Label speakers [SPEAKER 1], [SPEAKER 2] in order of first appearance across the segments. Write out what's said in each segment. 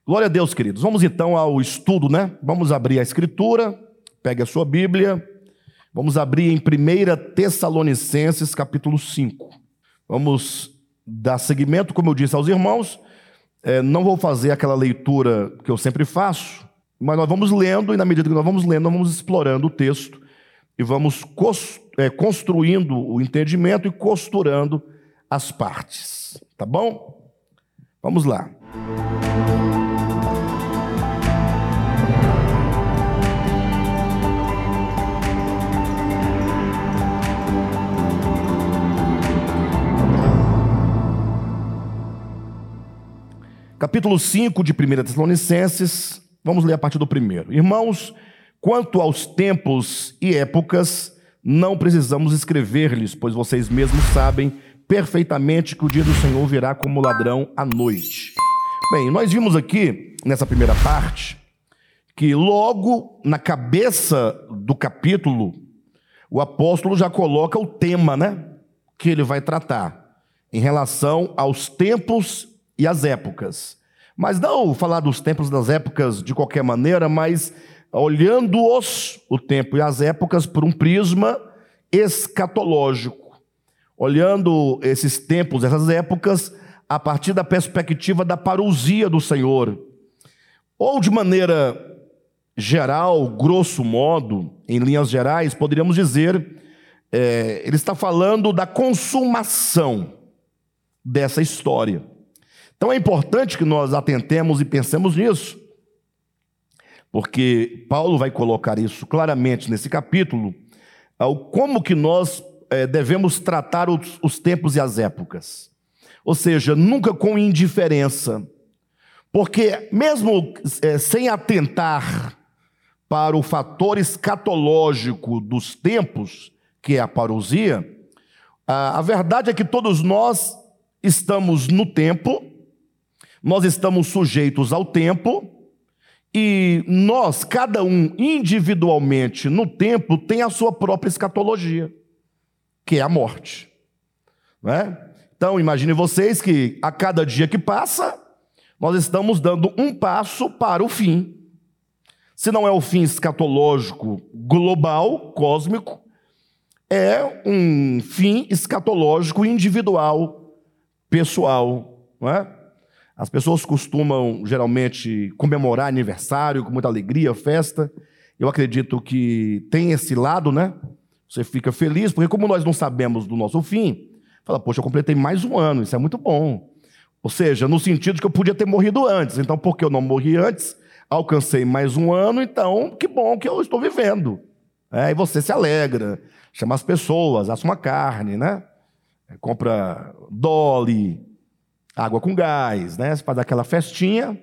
[SPEAKER 1] Glória a Deus, queridos. Vamos então ao estudo, né? Vamos abrir a Escritura, pegue a sua Bíblia, vamos abrir em 1 Tessalonicenses, capítulo 5. Vamos dar seguimento, como eu disse aos irmãos, não vou fazer aquela leitura que eu sempre faço, mas nós vamos lendo, e na medida que nós vamos lendo, nós vamos explorando o texto, e vamos construindo o entendimento e costurando as partes, tá bom? Vamos lá. Capítulo 5 de 1 Tessalonicenses, vamos ler a partir do 1º. Irmãos, quanto aos tempos e épocas, não precisamos escrever-lhes, pois vocês mesmos sabem perfeitamente que o dia do Senhor virá como ladrão à noite. Bem, nós vimos aqui, nessa primeira parte, que logo na cabeça do capítulo, o apóstolo já coloca o tema, né, que ele vai tratar, em relação aos tempos e as épocas. Mas não falar dos tempos e das épocas de qualquer maneira, mas olhando-os, o tempo e as épocas, por um prisma escatológico. Olhando esses tempos, essas épocas, a partir da perspectiva da parousia do Senhor. Ou de maneira geral, grosso modo, em linhas gerais, poderíamos dizer, ele está falando da consumação dessa história. Então é importante que nós atentemos e pensemos nisso, porque Paulo vai colocar isso claramente nesse capítulo, como que nós devemos tratar os tempos e as épocas. Ou seja, nunca com indiferença, porque mesmo sem atentar para o fator escatológico dos tempos, que é a parousia, a verdade é que todos nós estamos no tempo, nós estamos sujeitos ao tempo, e nós, cada um individualmente no tempo, tem a sua própria escatologia, que é a morte. Não é? Então, imagine vocês que a cada dia que passa, nós estamos dando um passo para o fim. Se não é o fim escatológico global, cósmico, é um fim escatológico individual, pessoal, não é? As pessoas costumam, geralmente, comemorar aniversário com muita alegria, festa. Eu acredito que tem esse lado, né? Você fica feliz, porque como nós não sabemos do nosso fim, fala, poxa, eu completei mais um ano, isso é muito bom. Ou seja, no sentido de que eu podia ter morrido antes. Então, porque eu não morri antes, alcancei mais um ano, então, que bom que eu estou vivendo. E você se alegra, chama as pessoas, assa uma carne, né? Compra Dolly, água com gás, né? Você faz aquela festinha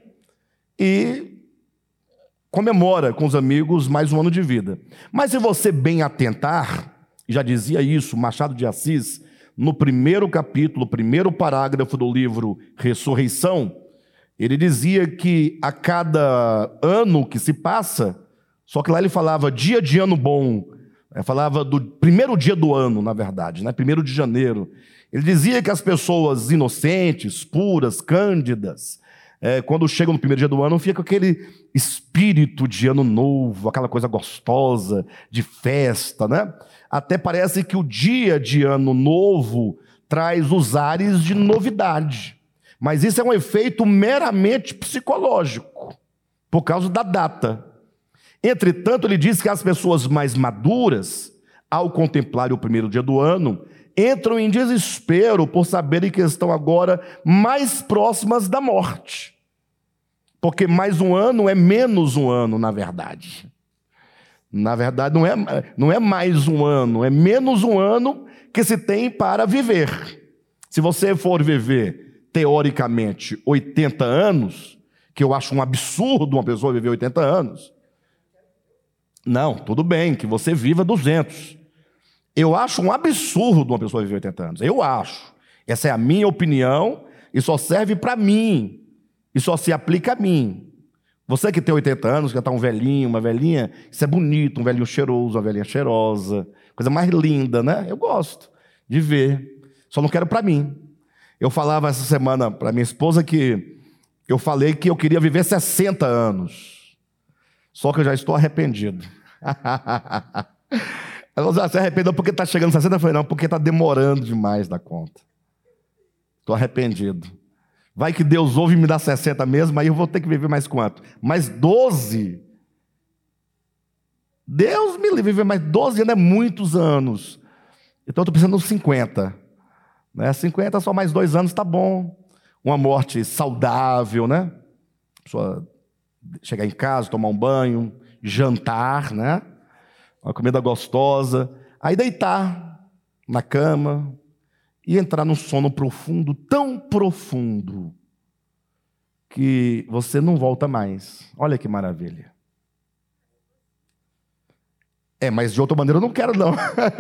[SPEAKER 1] e comemora com os amigos mais um ano de vida. Mas se você bem atentar, já dizia isso Machado de Assis, no primeiro capítulo, primeiro parágrafo do livro Ressurreição, ele dizia que a cada ano que se passa, só que lá ele falava dia de ano bom, falava do primeiro dia do ano, na verdade, né? 1º de janeiro. Ele dizia que as pessoas inocentes, puras, cândidas, quando chegam no primeiro dia do ano, fica com aquele espírito de ano novo, aquela coisa gostosa, de festa, né? Até parece que o dia de ano novo traz os ares de novidade. Mas isso é um efeito meramente psicológico, por causa da data. Entretanto, ele diz que as pessoas mais maduras, ao contemplar o primeiro dia do ano, entram em desespero por saberem que estão agora mais próximas da morte. Porque mais um ano é menos um ano, na verdade. Na verdade, não é mais um ano, é menos um ano que se tem para viver. Se você for viver, teoricamente, 80 anos, que eu acho um absurdo uma pessoa viver 80 anos. Não, tudo bem, que você viva 200. Eu acho um absurdo uma pessoa viver 80 anos. Eu acho. Essa é a minha opinião e só serve para mim. E só se aplica a mim. Você que tem 80 anos, que já está um velhinho, uma velhinha, isso é bonito, um velhinho cheiroso, uma velhinha cheirosa. Coisa mais linda, né? Eu gosto de ver. Só não quero para mim. Eu falava essa semana para minha esposa que Eu falei que eu queria viver 60 anos. Só que eu já estou arrependido. Ela se arrependeu porque está chegando 60? Eu falei, não, porque está demorando demais da conta. Estou arrependido. Vai que Deus ouve e me dá 60 mesmo, aí eu vou ter que viver mais quanto? Mais 12? Deus me livre, viver mais 12 anos é muitos anos. Então eu estou pensando nos 50. 50, só mais 2 anos, está bom. Uma morte saudável, né? A pessoa chegar em casa, tomar um banho, jantar, né? Uma comida gostosa. Aí deitar na cama e entrar num sono profundo, tão profundo, que você não volta mais. Olha que maravilha. Mas de outra maneira eu não quero, não.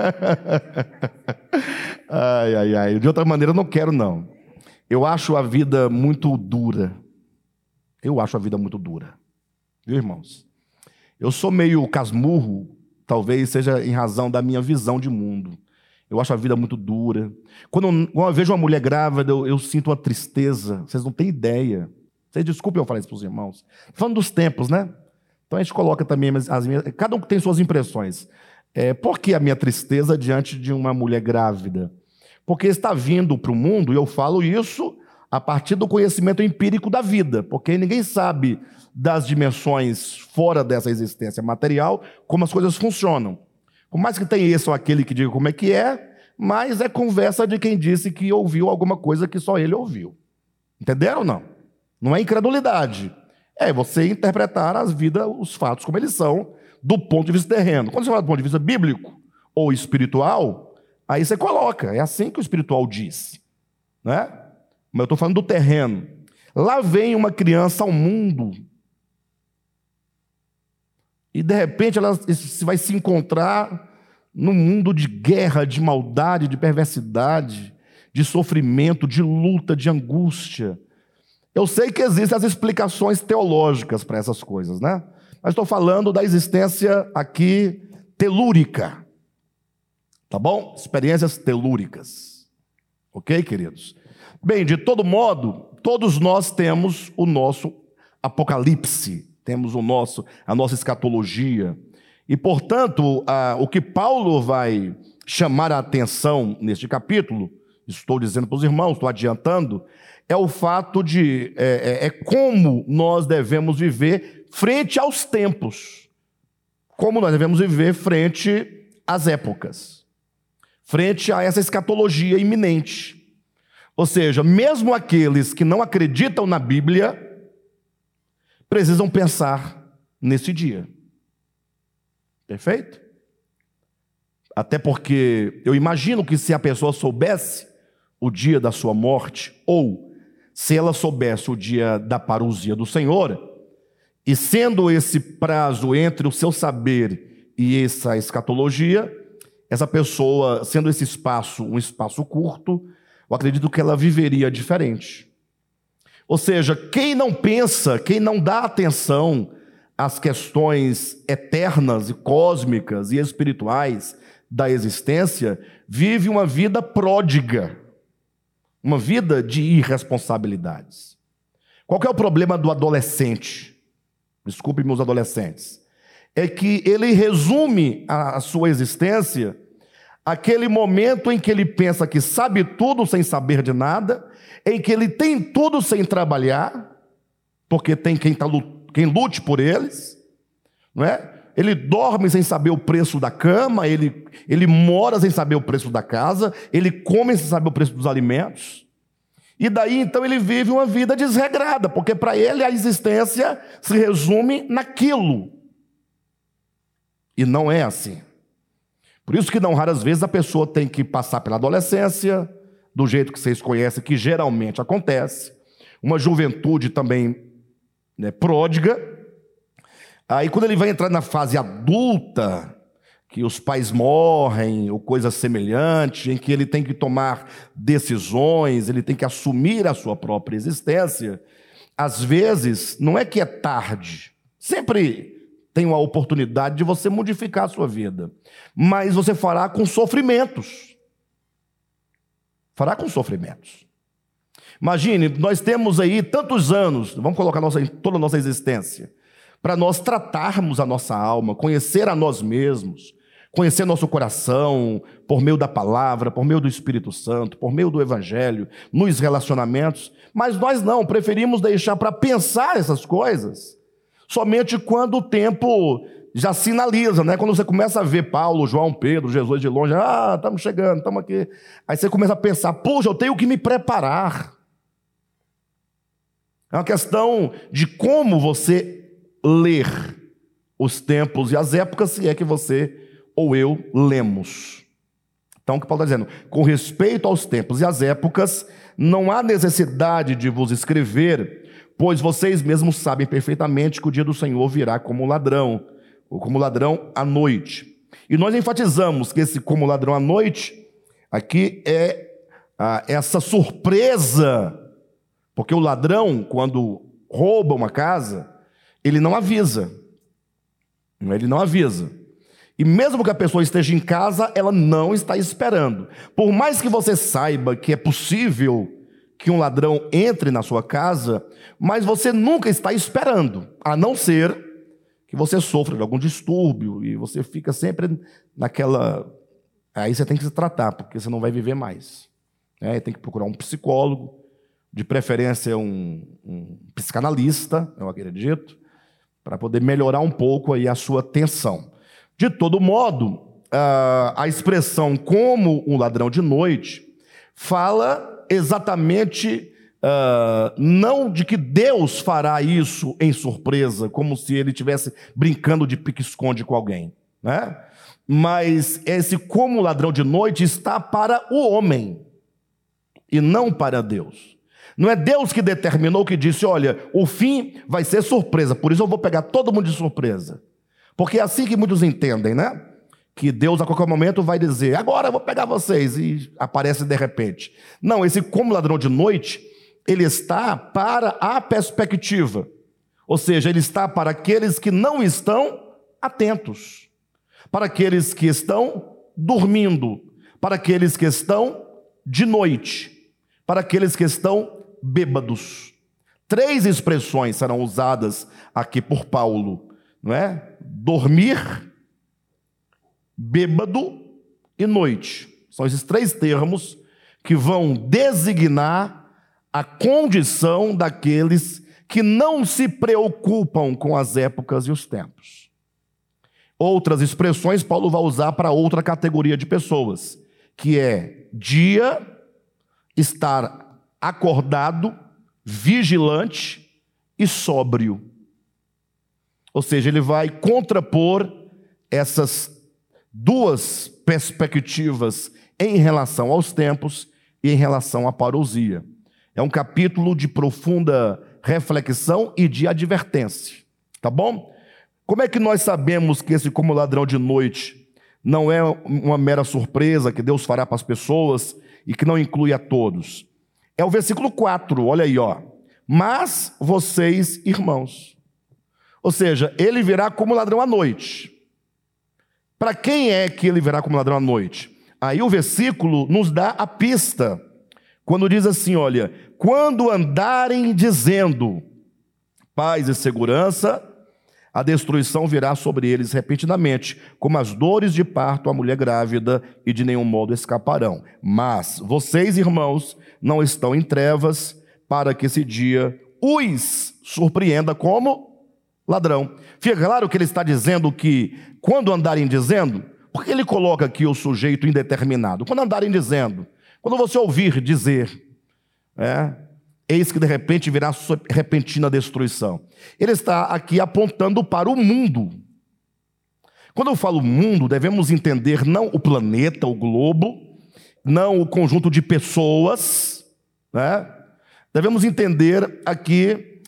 [SPEAKER 1] Ai. De outra maneira eu não quero, não. Eu acho a vida muito dura. Eu acho a vida muito dura. Viu, irmãos? Eu sou meio casmurro, talvez seja em razão da minha visão de mundo. Eu acho a vida muito dura. Quando eu vejo uma mulher grávida, eu sinto uma tristeza. Vocês não têm ideia. Vocês desculpem eu falar isso para os irmãos. Falando dos tempos, né? Então a gente coloca também as minhas... Cada um tem suas impressões. Por que a minha tristeza diante de uma mulher grávida? Porque está vindo para o mundo, e eu falo isso a partir do conhecimento empírico da vida, porque ninguém sabe das dimensões fora dessa existência material, como as coisas funcionam. Por mais que tenha esse ou aquele que diga como é que é, mas é conversa de quem disse que ouviu alguma coisa que só ele ouviu. Entenderam ou não? Não é incredulidade. É você interpretar as vidas, os fatos como eles são, do ponto de vista terreno. Quando você fala do ponto de vista bíblico ou espiritual, aí você coloca. É assim que o espiritual diz. Né? Mas eu estou falando do terreno. Lá vem uma criança ao mundo e, de repente, ela vai se encontrar num mundo de guerra, de maldade, de perversidade, de sofrimento, de luta, de angústia. Eu sei que existem as explicações teológicas para essas coisas, né? Mas estou falando da existência aqui telúrica. Tá bom? Experiências telúricas. Ok, queridos? Bem, de todo modo, todos nós temos o nosso apocalipse, temos a nossa escatologia. E, portanto, o que Paulo vai chamar a atenção neste capítulo, estou dizendo para os irmãos, estou adiantando, é o fato de como nós devemos viver frente aos tempos, como nós devemos viver frente às épocas, frente a essa escatologia iminente. Ou seja, mesmo aqueles que não acreditam na Bíblia precisam pensar nesse dia. Perfeito? Até porque eu imagino que se a pessoa soubesse o dia da sua morte, ou se ela soubesse o dia da parousia do Senhor, e sendo esse prazo entre o seu saber e essa escatologia, essa pessoa, sendo esse espaço um espaço curto, eu acredito que ela viveria diferente. Ou seja, quem não pensa, quem não dá atenção às questões eternas e cósmicas e espirituais da existência, vive uma vida pródiga, uma vida de irresponsabilidades. Qual que é o problema do adolescente? Desculpe, meus adolescentes. É que ele resume a sua existência aquele momento em que ele pensa que sabe tudo sem saber de nada, em que ele tem tudo sem trabalhar, porque tem quem lute por eles, não é? Ele dorme sem saber o preço da cama, ele mora sem saber o preço da casa, ele come sem saber o preço dos alimentos. E daí, então, ele vive uma vida desregrada, porque para ele a existência se resume naquilo. E não é assim. Por isso que, não raras vezes, a pessoa tem que passar pela adolescência, do jeito que vocês conhecem, que geralmente acontece, uma juventude também, né, pródiga. Aí, quando ele vai entrar na fase adulta, que os pais morrem, ou coisa semelhante, em que ele tem que tomar decisões, ele tem que assumir a sua própria existência, às vezes, não é que é tarde, sempre tem uma oportunidade de você modificar a sua vida, mas você fará com sofrimentos. Fará com sofrimentos. Imagine, nós temos aí tantos anos, vamos colocar toda a nossa existência, para nós tratarmos a nossa alma, conhecer a nós mesmos, conhecer nosso coração, por meio da palavra, por meio do Espírito Santo, por meio do Evangelho, nos relacionamentos, mas nós não, preferimos deixar para pensar essas coisas somente quando o tempo já sinaliza, né? Quando você começa a ver Paulo, João, Pedro, Jesus de longe, estamos chegando, estamos aqui. Aí você começa a pensar, puxa, eu tenho que me preparar. É uma questão de como você ler os tempos e as épocas, se é que você ou eu lemos. Então, o que Paulo está dizendo? Com respeito aos tempos e às épocas, não há necessidade de vos escrever, pois vocês mesmos sabem perfeitamente que o dia do Senhor virá como ladrão, ou como ladrão à noite. E nós enfatizamos que esse como ladrão à noite, aqui é essa surpresa, porque o ladrão, quando rouba uma casa, ele não avisa. Ele não avisa. E mesmo que a pessoa esteja em casa, ela não está esperando. Por mais que você saiba que é possível que um ladrão entre na sua casa, mas você nunca está esperando, a não ser que você sofra de algum distúrbio e você fica sempre naquela... Aí você tem que se tratar, porque você não vai viver mais. Tem que procurar um psicólogo, de preferência um psicanalista, eu acredito, para poder melhorar um pouco aí a sua tensão. De todo modo, a expressão como um ladrão de noite fala exatamente não de que Deus fará isso em surpresa, como se ele estivesse brincando de pique-esconde com alguém, né? Mas esse como ladrão de noite está para o homem e não para Deus. Não é Deus que determinou, que disse, olha, o fim vai ser surpresa, por isso eu vou pegar todo mundo de surpresa. Porque é assim que muitos entendem, né? Que Deus a qualquer momento vai dizer, agora eu vou pegar vocês, e aparece de repente. Não, esse como ladrão de noite, ele está para a perspectiva. Ou seja, ele está para aqueles que não estão atentos, para aqueles que estão dormindo, para aqueles que estão de noite, para aqueles que estão bêbados. 3 expressões serão usadas aqui por Paulo, não é? Dormir, bêbado e noite. São esses 3 termos que vão designar a condição daqueles que não se preocupam com as épocas e os tempos. Outras expressões Paulo vai usar para outra categoria de pessoas, que é dia, estar acordado, vigilante e sóbrio. Ou seja, ele vai contrapor essas 2 perspectivas em relação aos tempos e em relação à parousia. É um capítulo de profunda reflexão e de advertência, tá bom? Como é que nós sabemos que esse como ladrão de noite não é uma mera surpresa que Deus fará para as pessoas e que não inclui a todos? É o versículo 4, olha aí, ó. Mas vocês, irmãos. Ou seja, ele virá como ladrão à noite. Para quem é que ele virá como ladrão à noite? Aí o versículo nos dá a pista, quando diz assim, olha, quando andarem dizendo paz e segurança, a destruição virá sobre eles repentinamente, como as dores de parto à mulher grávida, e de nenhum modo escaparão. Mas vocês, irmãos, não estão em trevas, para que esse dia os surpreenda como ladrão. Fica claro que ele está dizendo que, quando andarem dizendo, por que ele coloca aqui o sujeito indeterminado? Quando andarem dizendo, quando você ouvir dizer, eis que de repente virá repentina destruição. Ele está aqui apontando para o mundo. Quando eu falo mundo, devemos entender não o planeta, o globo, não o conjunto de pessoas, né? Devemos entender aqui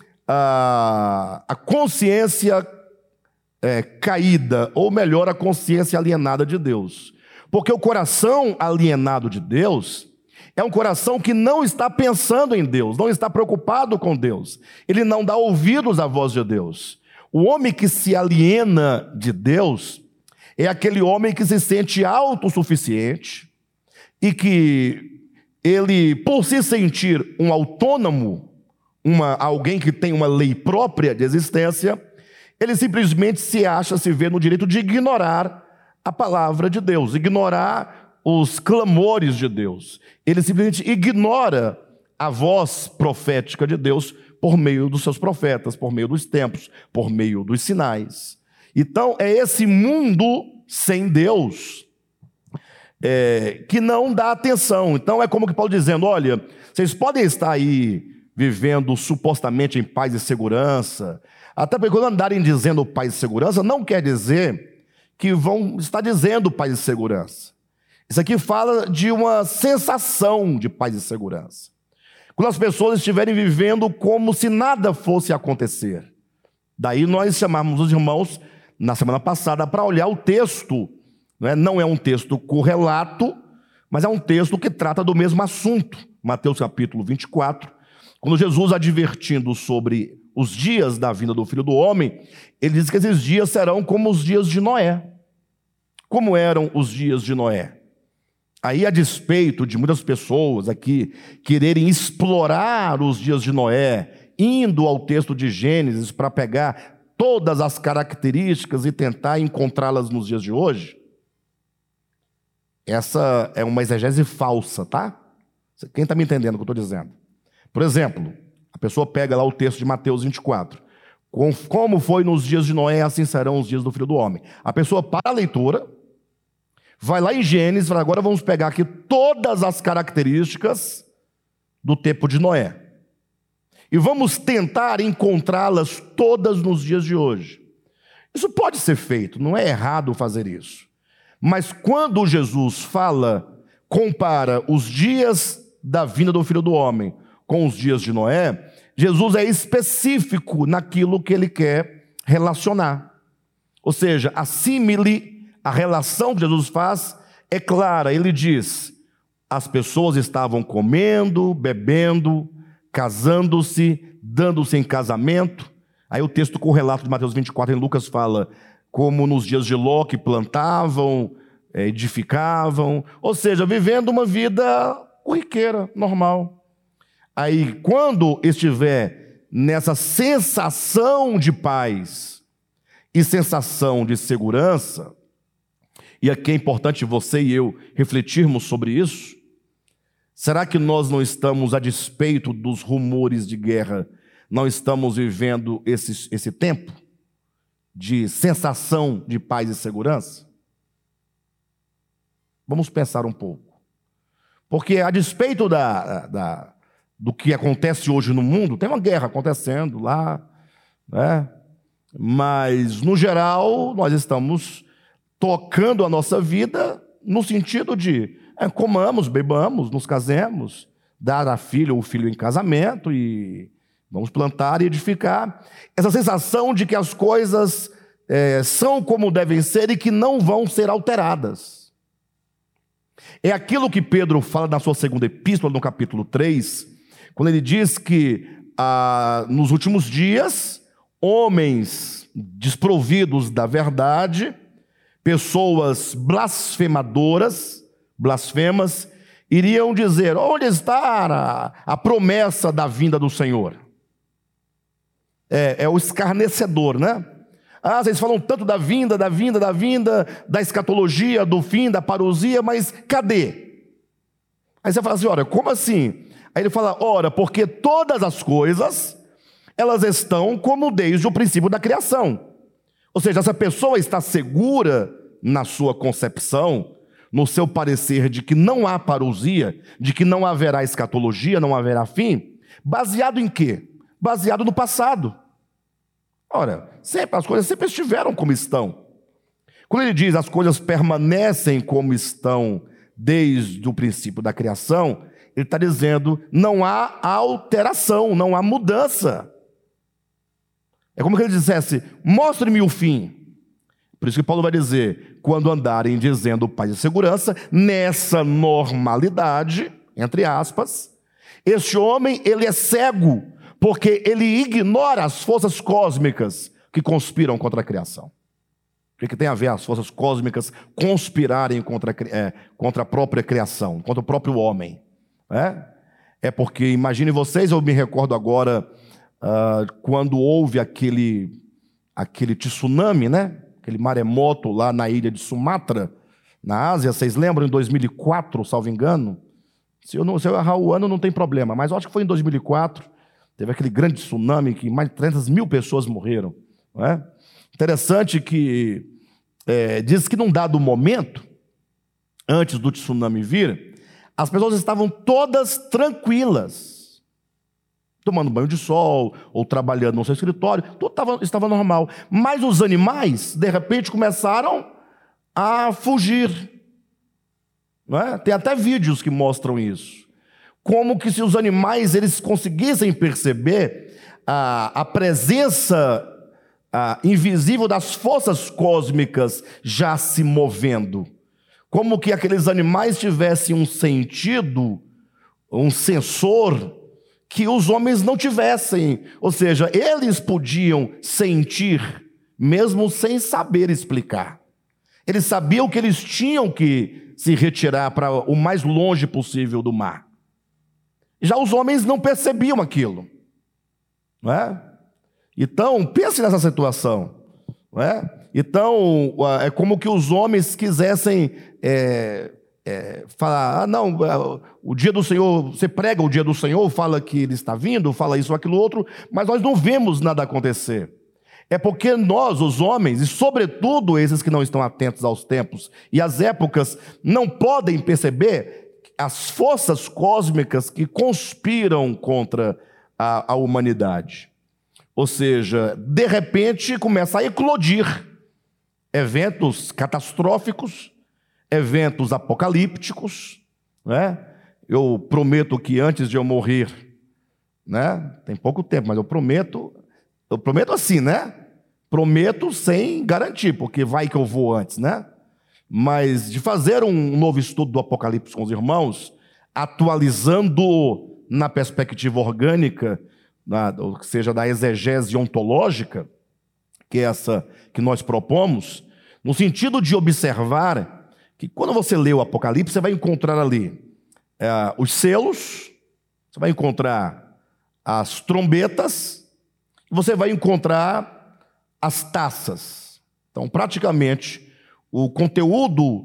[SPEAKER 1] a consciência caída, ou melhor, a consciência alienada de Deus. Porque o coração alienado de Deus é um coração que não está pensando em Deus, não está preocupado com Deus. Ele não dá ouvidos à voz de Deus. O homem que se aliena de Deus é aquele homem que se sente autossuficiente e que ele, por se sentir um autônomo, alguém que tem uma lei própria de existência, ele simplesmente se vê no direito de ignorar a palavra de Deus, ignorar os clamores de Deus. Ele simplesmente ignora a voz profética de Deus por meio dos seus profetas, por meio dos tempos, por meio dos sinais. Então, é esse mundo sem Deus que não dá atenção. Então, é como que Paulo dizendo, olha, vocês podem estar aí vivendo supostamente em paz e segurança, até porque quando andarem dizendo paz e segurança, não quer dizer que vão estar dizendo paz e segurança. Isso aqui fala de uma sensação de paz e segurança. Quando as pessoas estiverem vivendo como se nada fosse acontecer. Daí nós chamamos os irmãos, na semana passada, para olhar o texto. Não é um texto correlato, mas é um texto que trata do mesmo assunto. Mateus capítulo 24, quando Jesus, advertindo sobre os dias da vinda do Filho do Homem, ele diz que esses dias serão como os dias de Noé. Como eram os dias de Noé? Aí, a despeito de muitas pessoas aqui quererem explorar os dias de Noé, indo ao texto de Gênesis para pegar todas as características e tentar encontrá-las nos dias de hoje, essa é uma exegese falsa, tá? Quem está me entendendo o que eu estou dizendo? Por exemplo, a pessoa pega lá o texto de Mateus 24. Como foi nos dias de Noé, assim serão os dias do Filho do Homem. A pessoa para a leitura, vai lá em Gênesis, fala, agora vamos pegar aqui todas as características do tempo de Noé. E vamos tentar encontrá-las todas nos dias de hoje. Isso pode ser feito, não é errado fazer isso. Mas quando Jesus compara os dias da vinda do Filho do Homem com os dias de Noé, Jesus é específico naquilo que ele quer relacionar. Ou seja, a relação que Jesus faz é clara. Ele diz, as pessoas estavam comendo, bebendo, casando-se, dando-se em casamento. Aí o texto correlato de Mateus 24 em Lucas fala, como nos dias de Ló, que plantavam, edificavam, ou seja, vivendo uma vida corriqueira, normal. Aí, quando estiver nessa sensação de paz e sensação de segurança, e aqui é importante você e eu refletirmos sobre isso, será que nós não estamos, a despeito dos rumores de guerra, não estamos vivendo esse tempo de sensação de paz e segurança? Vamos pensar um pouco. Porque a despeito do que acontece hoje no mundo, tem uma guerra acontecendo lá, né? Mas, no geral, nós estamos tocando a nossa vida no sentido de comamos, bebamos, nos casemos, dar a filha ou o filho em casamento e vamos plantar e edificar. Essa sensação de que as coisas são como devem ser e que não vão ser alteradas. É aquilo que Pedro fala na sua segunda epístola, no capítulo 3, quando ele diz que nos últimos dias, homens desprovidos da verdade, pessoas blasfemadoras, blasfemas, iriam dizer, onde está a promessa da vinda do Senhor? É o escarnecedor, né? Vocês falam tanto da vinda, da escatologia, do fim, da parousia, mas cadê? Aí você fala assim, ora, como assim? Aí ele fala, ora, porque todas as coisas, elas estão como desde o princípio da criação. Ou seja, essa pessoa está segura na sua concepção, no seu parecer de que não há parousia, de que não haverá escatologia, não haverá fim, baseado em quê? Baseado no passado. Ora, as coisas sempre estiveram como estão. Quando ele diz as coisas permanecem como estão desde o princípio da criação, ele está dizendo não há alteração, não há mudança. É como que ele dissesse, mostre-me o fim. Por isso que Paulo vai dizer, quando andarem dizendo paz e segurança, nessa normalidade, entre aspas, este homem, ele é cego, porque ele ignora as forças cósmicas que conspiram contra a criação. O que tem a ver as forças cósmicas conspirarem contra a própria criação, contra o próprio homem? É porque, imagine vocês, eu me recordo agora, quando houve aquele tsunami, né? Aquele maremoto lá na ilha de Sumatra, na Ásia, vocês lembram, em 2004, salvo engano? Se eu errar o ano, não tem problema, mas eu acho que foi em 2004, teve aquele grande tsunami que mais de 300 mil pessoas morreram. Não é? Interessante que diz que num dado momento, antes do tsunami vir, as pessoas estavam todas tranquilas, tomando banho de sol, ou trabalhando no seu escritório, tudo estava normal. Mas os animais, de repente, começaram a fugir. Não é? Tem até vídeos que mostram isso. Como que se os animais eles conseguissem perceber a presença invisível das forças cósmicas já se movendo. Como que aqueles animais tivessem um sentido, um sensor, que os homens não tivessem. Ou seja, eles podiam sentir, mesmo sem saber explicar. Eles sabiam que eles tinham que se retirar para o mais longe possível do mar. Já os homens não percebiam aquilo. Não é? Então, pense nessa situação. Não é? Então, é como que os homens quisessem falar, não, o dia do Senhor, você prega o dia do Senhor, fala que ele está vindo, fala isso ou aquilo outro, mas nós não vemos nada acontecer. É porque nós, os homens, e sobretudo esses que não estão atentos aos tempos e às épocas, não podem perceber as forças cósmicas que conspiram contra a humanidade. Ou seja, de repente começa a eclodir eventos catastróficos, eventos apocalípticos, né? Eu prometo que antes de eu morrer, né? Tem pouco tempo, mas eu prometo assim, né? Prometo sem garantir, porque vai que eu vou antes, né? Mas de fazer um novo estudo do Apocalipse com os irmãos, atualizando na perspectiva orgânica, ou seja, da exegese ontológica, que é essa que nós propomos, no sentido de observar que quando você lê o Apocalipse, você vai encontrar ali os selos, você vai encontrar as trombetas, você vai encontrar as taças. Então, praticamente, o conteúdo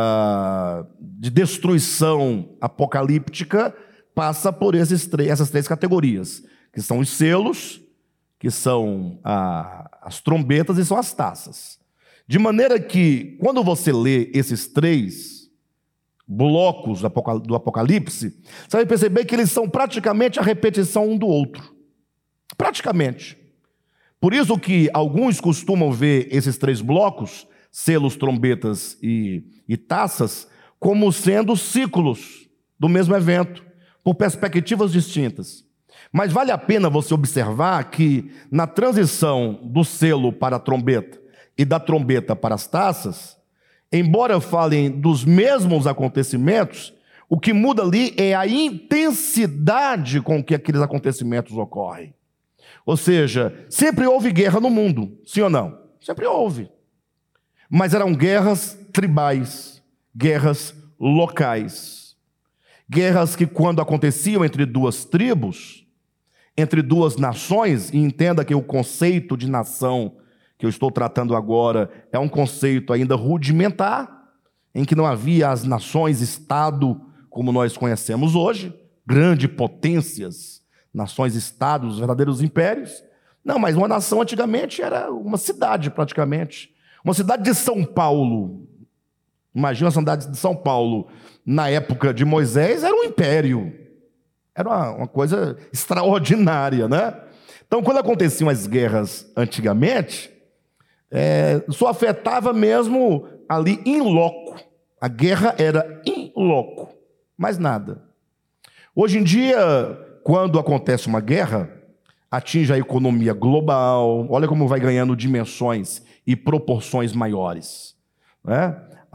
[SPEAKER 1] de destruição apocalíptica passa por essas três categorias, que são os selos, que são as trombetas e são as taças. De maneira que, quando você lê esses três blocos do Apocalipse, você vai perceber que eles são praticamente a repetição um do outro. Praticamente. Por isso que alguns costumam ver esses três blocos, selos, trombetas e taças, como sendo ciclos do mesmo evento, por perspectivas distintas. Mas vale a pena você observar que na transição do selo para a trombeta e da trombeta para as taças, embora falem dos mesmos acontecimentos, o que muda ali é a intensidade com que aqueles acontecimentos ocorrem. Ou seja, sempre houve guerra no mundo, sim ou não? Sempre houve. Mas eram guerras tribais, guerras locais. Guerras que, quando aconteciam entre duas tribos, entre duas nações, e entenda que o conceito de nação que eu estou tratando agora é um conceito ainda rudimentar, em que não havia as nações-estado como nós conhecemos hoje, grandes potências, nações-estados, verdadeiros impérios. Não, mas uma nação antigamente era uma cidade praticamente. Uma cidade de São Paulo. Imagina a cidade de São Paulo, na época de Moisés, era um império. Era uma coisa extraordinária, né? Então, quando aconteciam as guerras antigamente, só afetava mesmo ali in loco. A guerra era in loco, mais nada. Hoje em dia, quando acontece uma guerra, atinge a economia global, olha como vai ganhando dimensões e proporções maiores, né?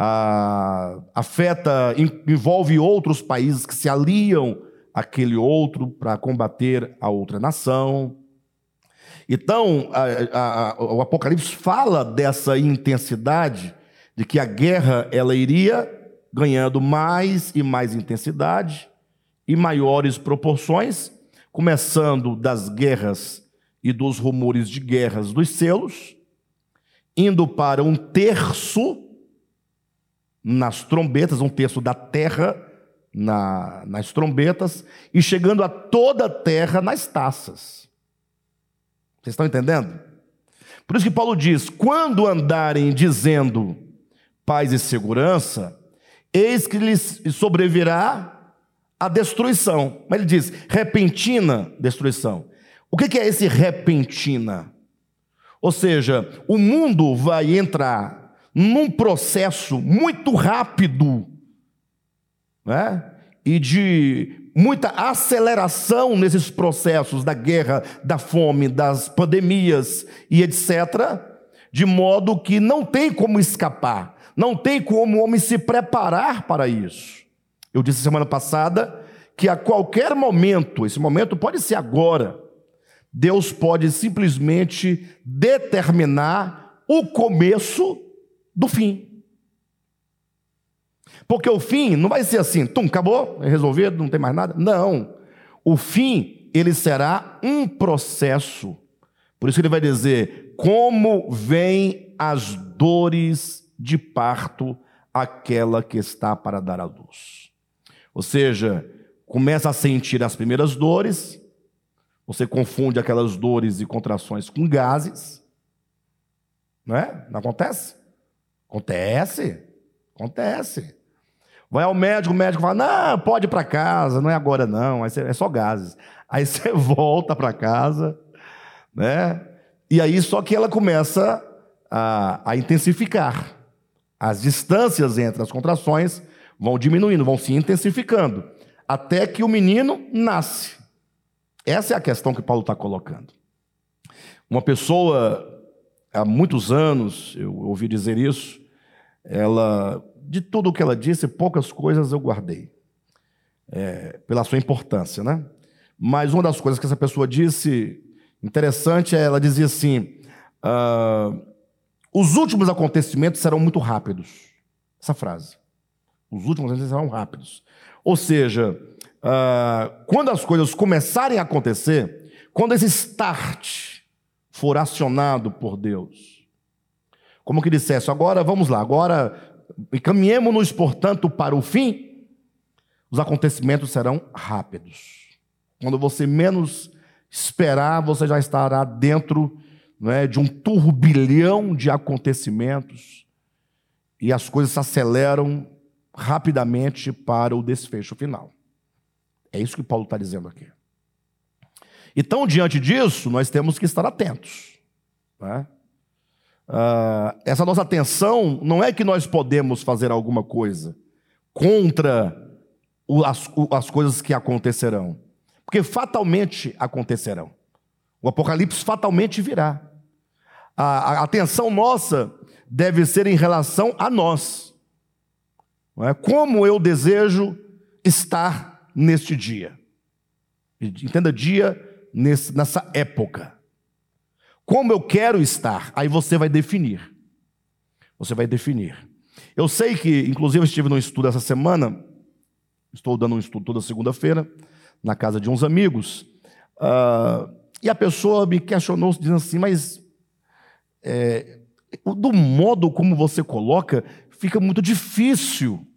[SPEAKER 1] Envolve outros países que se aliam àquele outro para combater a outra nação. Então, o Apocalipse fala dessa intensidade, de que a guerra ela iria ganhando mais e mais intensidade, e maiores proporções, começando das guerras e dos rumores de guerras dos selos, indo para 1/3 nas trombetas, 1/3 da terra nas trombetas, e chegando a toda a terra nas taças. Vocês estão entendendo? Por isso que Paulo diz: quando andarem dizendo paz e segurança, eis que lhes sobrevirá a destruição. Mas ele diz, repentina destruição. O que é esse repentina? Ou seja, o mundo vai entrar num processo muito rápido, né? E de muita aceleração nesses processos da guerra, da fome, das pandemias e etc., de modo que não tem como escapar, não tem como o homem se preparar para isso. Eu disse semana passada que a qualquer momento, esse momento pode ser agora, Deus pode simplesmente determinar o começo do fim. Porque o fim não vai ser assim, acabou, é resolvido, não tem mais nada. Não. O fim, ele será um processo. Por isso ele vai dizer, como vêm as dores de parto àquela que está para dar à luz. Ou seja, começa a sentir as primeiras dores, você confunde aquelas dores e contrações com gases, não é? Não acontece? Acontece. Vai ao médico, o médico fala, não, pode ir para casa, não é agora não, é só gases. Aí você volta para casa, né? E aí só que ela começa a intensificar. As distâncias entre as contrações vão diminuindo, vão se intensificando, até que o menino nasce. Essa é a questão que Paulo está colocando. Uma pessoa, há muitos anos, eu ouvi dizer isso, de tudo o que ela disse, poucas coisas eu guardei, pela sua importância, né? Mas uma das coisas que essa pessoa disse, interessante, ela dizia assim, os últimos acontecimentos serão muito rápidos. Essa frase. Os últimos acontecimentos serão rápidos. Ou seja, quando as coisas começarem a acontecer, quando esse start for acionado por Deus, como que dissesse, agora vamos lá, agora encaminhemos-nos, portanto, para o fim, os acontecimentos serão rápidos. Quando você menos esperar, você já estará dentro, não é, de um turbilhão de acontecimentos e as coisas se aceleram rapidamente para o desfecho final. É isso que Paulo está dizendo aqui. Então, diante disso, nós temos que estar atentos, né? Essa nossa atenção não é que nós podemos fazer alguma coisa contra as coisas que acontecerão, porque fatalmente acontecerão. O Apocalipse fatalmente virá. A atenção nossa deve ser em relação a nós, não é? Como eu desejo estar neste dia. Entenda, dia nessa época. Como eu quero estar, aí você vai definir. Você vai definir. Eu sei que, inclusive, eu estive num estudo essa semana, estou dando um estudo toda segunda-feira, na casa de uns amigos, e a pessoa me questionou, dizendo assim, mas do modo como você coloca, fica muito difícil.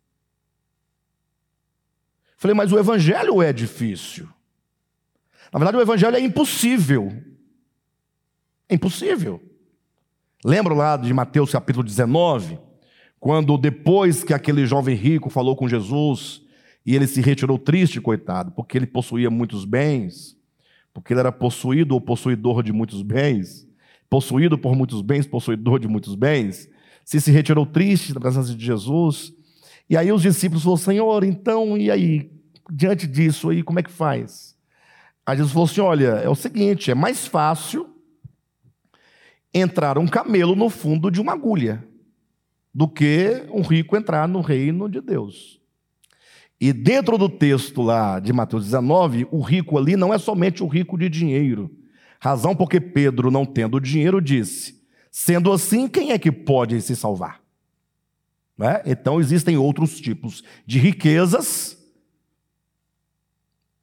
[SPEAKER 1] Falei, mas o evangelho é difícil. Na verdade, o evangelho é impossível. É impossível. Lembra lá de Mateus capítulo 19, quando depois que aquele jovem rico falou com Jesus, e ele se retirou triste, coitado, porque ele possuía muitos bens, porque ele era possuído ou possuidor de muitos bens, possuído por muitos bens, possuidor de muitos bens, se retirou triste da presença de Jesus, e aí os discípulos falaram, Senhor, então, e aí, diante disso, aí, como é que faz? Aí Jesus falou assim, olha, é o seguinte, é mais fácil entrar um camelo no fundo de uma agulha do que um rico entrar no reino de Deus. E dentro do texto lá de Mateus 19, o rico ali não é somente o rico de dinheiro. Razão porque Pedro, não tendo dinheiro, disse, sendo assim, quem é que pode se salvar? Não é? Então existem outros tipos de riquezas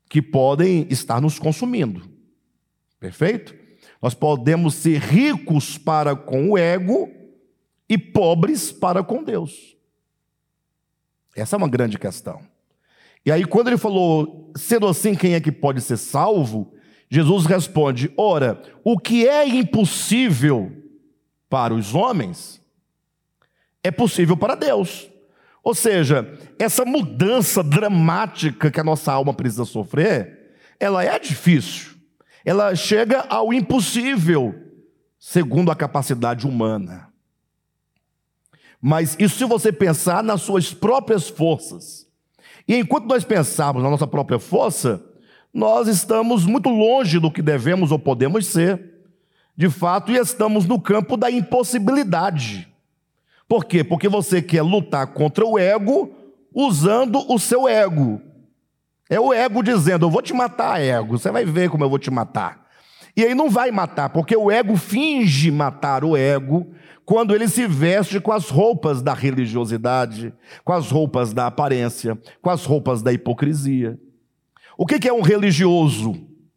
[SPEAKER 1] que podem estar nos consumindo. Perfeito? Nós podemos ser ricos para com o ego e pobres para com Deus. Essa é uma grande questão. E aí, quando ele falou, sendo assim, quem é que pode ser salvo? Jesus responde, ora, o que é impossível para os homens é possível para Deus. Ou seja, essa mudança dramática que a nossa alma precisa sofrer, ela é difícil. Ela chega ao impossível, segundo a capacidade humana. Mas isso se você pensar nas suas próprias forças. E enquanto nós pensarmos na nossa própria força, nós estamos muito longe do que devemos ou podemos ser. De fato, e estamos no campo da impossibilidade. Por quê? Porque você quer lutar contra o ego usando o seu ego. É o ego dizendo, eu vou te matar, ego, você vai ver como eu vou te matar. E aí não vai matar, porque o ego finge matar o ego quando ele se veste com as roupas da religiosidade, com as roupas da aparência, com as roupas da hipocrisia. O que é um religioso?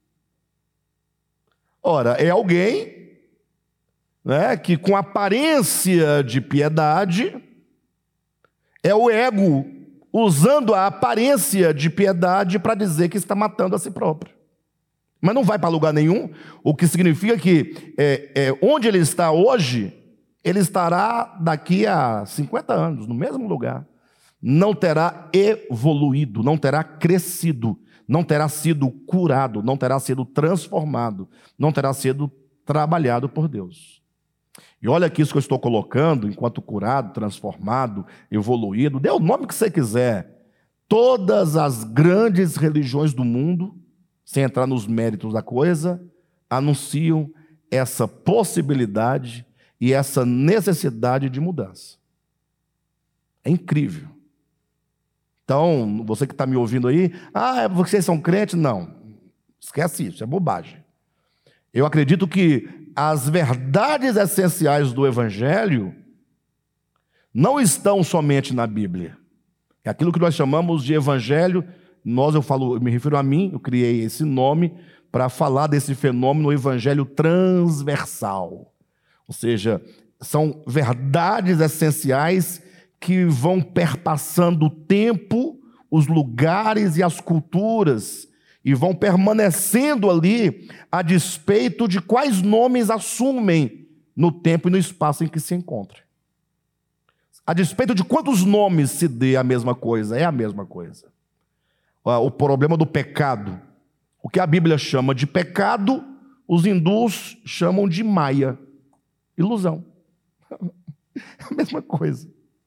[SPEAKER 1] Ora, é alguém, né, que com aparência de piedade, é o ego usando a aparência de piedade para dizer que está matando a si próprio. Mas não vai para lugar nenhum, o que significa que onde ele está hoje, ele estará daqui a 50 anos, no mesmo lugar. Não terá evoluído, não terá crescido, não terá sido curado, não terá sido transformado, não terá sido trabalhado por Deus. E olha aqui isso que eu estou colocando, enquanto curado, transformado, evoluído, dê o nome que você quiser. Todas as grandes religiões do mundo, sem entrar nos méritos da coisa, anunciam essa possibilidade e essa necessidade de mudança. É incrível. Então, você que está me ouvindo aí, vocês são crentes? Não, esquece isso, é bobagem. Eu acredito que as verdades essenciais do Evangelho não estão somente na Bíblia. É aquilo que nós chamamos de Evangelho. Eu me refiro a mim, eu criei esse nome para falar desse fenômeno, o Evangelho transversal. Ou seja, são verdades essenciais que vão perpassando o tempo, os lugares e as culturas, e vão permanecendo ali a despeito de quais nomes assumem no tempo e no espaço em que se encontram. A despeito de quantos nomes se dê a mesma coisa, é a mesma coisa. O problema do pecado. O que a Bíblia chama de pecado, os hindus chamam de maya, ilusão. É a mesma coisa.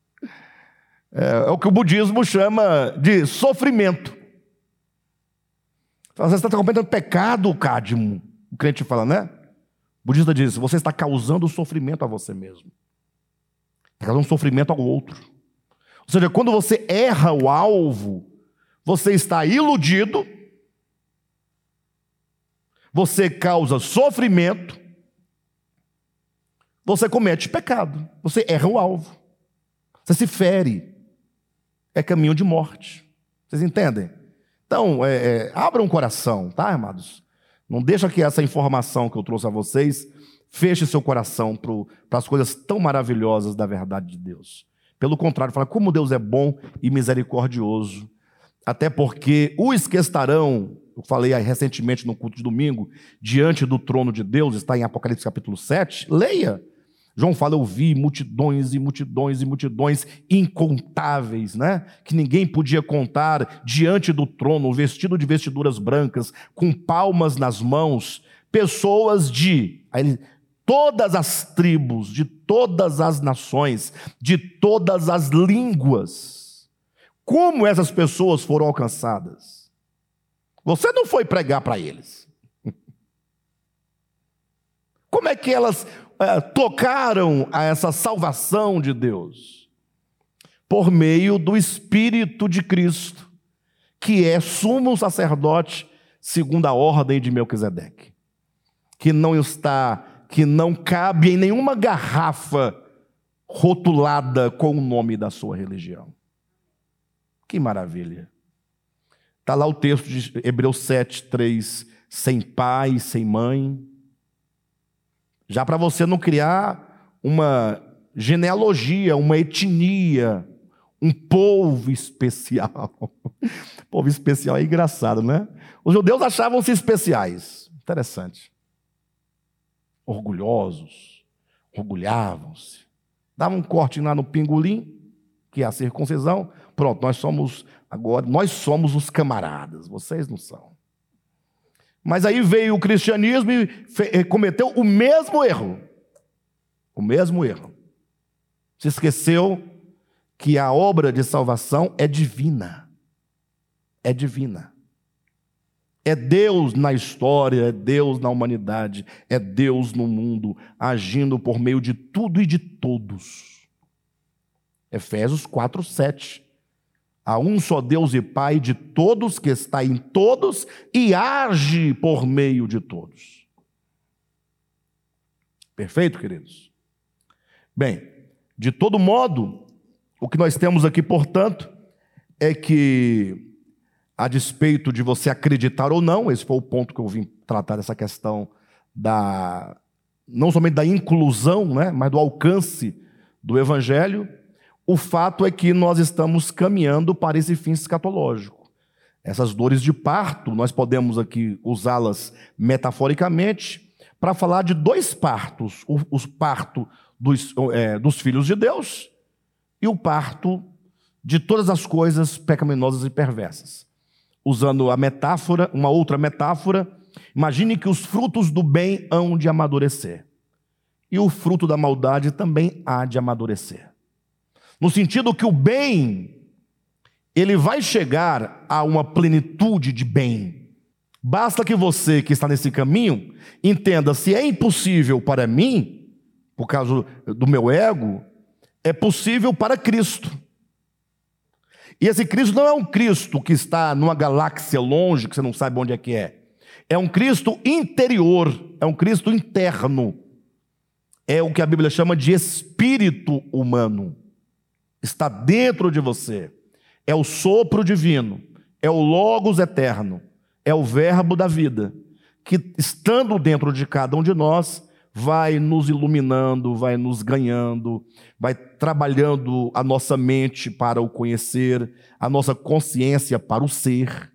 [SPEAKER 1] É o que o budismo chama de sofrimento. Você está cometendo pecado, Cádimo. O crente fala, né? O budista diz, você está causando sofrimento a você mesmo. Está causando sofrimento ao outro. Ou seja, quando você erra o alvo, você está iludido, você causa sofrimento, você comete pecado, você erra o alvo, você se fere, é caminho de morte. Vocês entendem? Então, abram o coração, tá, amados? Não deixa que essa informação que eu trouxe a vocês feche seu coração para as coisas tão maravilhosas da verdade de Deus. Pelo contrário, fala como Deus é bom e misericordioso. Até porque os que estarão, eu falei aí recentemente no culto de domingo, diante do trono de Deus, está em Apocalipse capítulo 7, leia. João fala, eu vi multidões e multidões e multidões incontáveis, né? Que ninguém podia contar diante do trono, vestido de vestiduras brancas, com palmas nas mãos, pessoas de todas as tribos, de todas as nações, de todas as línguas. Como essas pessoas foram alcançadas? Você não foi pregar para eles. Como é que elas tocaram a essa salvação de Deus? Por meio do Espírito de Cristo, que é sumo sacerdote segundo a ordem de Melquisedeque, que não cabe em nenhuma garrafa rotulada com o nome da sua religião. Que maravilha! Está lá o texto de Hebreus 7:3, sem pai, sem mãe. Já para você não criar uma genealogia, uma etnia, um povo especial. Povo especial é engraçado, né? Os judeus achavam-se especiais. Interessante. Orgulhosos, orgulhavam-se. Davam um corte lá no pingolim, que é a circuncisão. Pronto, nós somos os camaradas, vocês não são. Mas aí veio o cristianismo e cometeu o mesmo erro. O mesmo erro. Se esqueceu que a obra de salvação é divina. É divina. É Deus na história, é Deus na humanidade, é Deus no mundo, agindo por meio de tudo e de todos. Efésios 4:7. Há um só Deus e Pai de todos, que está em todos e age por meio de todos. Perfeito, queridos? Bem, de todo modo, o que nós temos aqui, portanto, é que, a despeito de você acreditar ou não, esse foi o ponto que eu vim tratar dessa questão não somente da inclusão, né, mas do alcance do Evangelho, o fato é que nós estamos caminhando para esse fim escatológico. Essas dores de parto, nós podemos aqui usá-las metaforicamente para falar de dois partos: o parto dos filhos de Deus e o parto de todas as coisas pecaminosas e perversas. Usando a metáfora, uma outra metáfora, imagine que os frutos do bem hão de amadurecer, e o fruto da maldade também há de amadurecer. No sentido que o bem, ele vai chegar a uma plenitude de bem. Basta que você que está nesse caminho entenda: se é impossível para mim, por causa do meu ego, é possível para Cristo. E esse Cristo não é um Cristo que está numa galáxia longe, que você não sabe onde é que é. É um Cristo interior, é um Cristo interno. É o que a Bíblia chama de espírito humano. Está dentro de você. É o sopro divino, é o Logos eterno, é o verbo da vida, que, estando dentro de cada um de nós, vai nos iluminando, vai nos ganhando, vai trabalhando a nossa mente para o conhecer, a nossa consciência para o ser,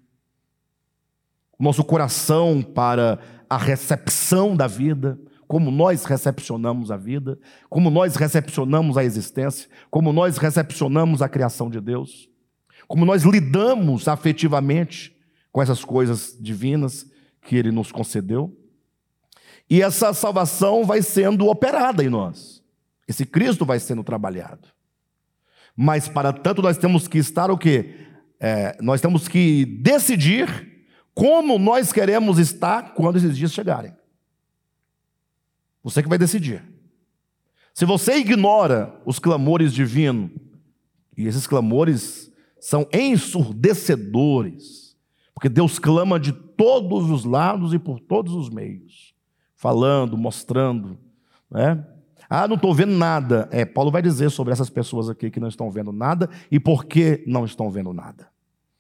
[SPEAKER 1] o nosso coração para a recepção da vida, como nós recepcionamos a vida, como nós recepcionamos a existência, como nós recepcionamos a criação de Deus, como nós lidamos afetivamente com essas coisas divinas que Ele nos concedeu. E essa salvação vai sendo operada em nós. Esse Cristo vai sendo trabalhado. Mas, para tanto, nós temos que estar o quê? Nós temos que decidir como nós queremos estar quando esses dias chegarem. Você que vai decidir. Se você ignora os clamores divinos, e esses clamores são ensurdecedores, porque Deus clama de todos os lados e por todos os meios, falando, mostrando, né? Não estou vendo nada. Paulo vai dizer sobre essas pessoas aqui que não estão vendo nada e por que não estão vendo nada.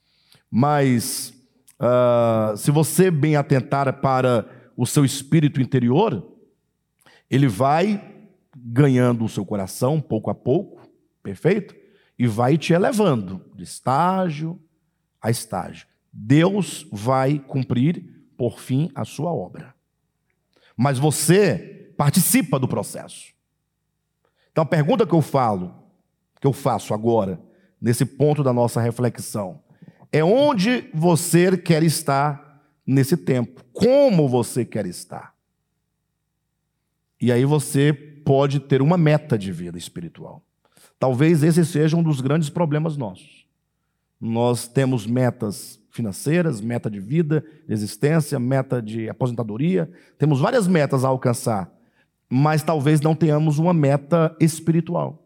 [SPEAKER 1] Mas, se você bem atentar para o seu espírito interior, ele vai ganhando o seu coração pouco a pouco, perfeito? E vai te elevando de estágio a estágio. Deus vai cumprir, por fim, a sua obra. Mas você participa do processo. Então a pergunta que eu faço agora, nesse ponto da nossa reflexão, é onde você quer estar nesse tempo? Como você quer estar? E aí você pode ter uma meta de vida espiritual. Talvez esse seja um dos grandes problemas nossos. Nós temos metas financeiras, meta de vida, de existência, meta de aposentadoria. Temos várias metas a alcançar, mas talvez não tenhamos uma meta espiritual.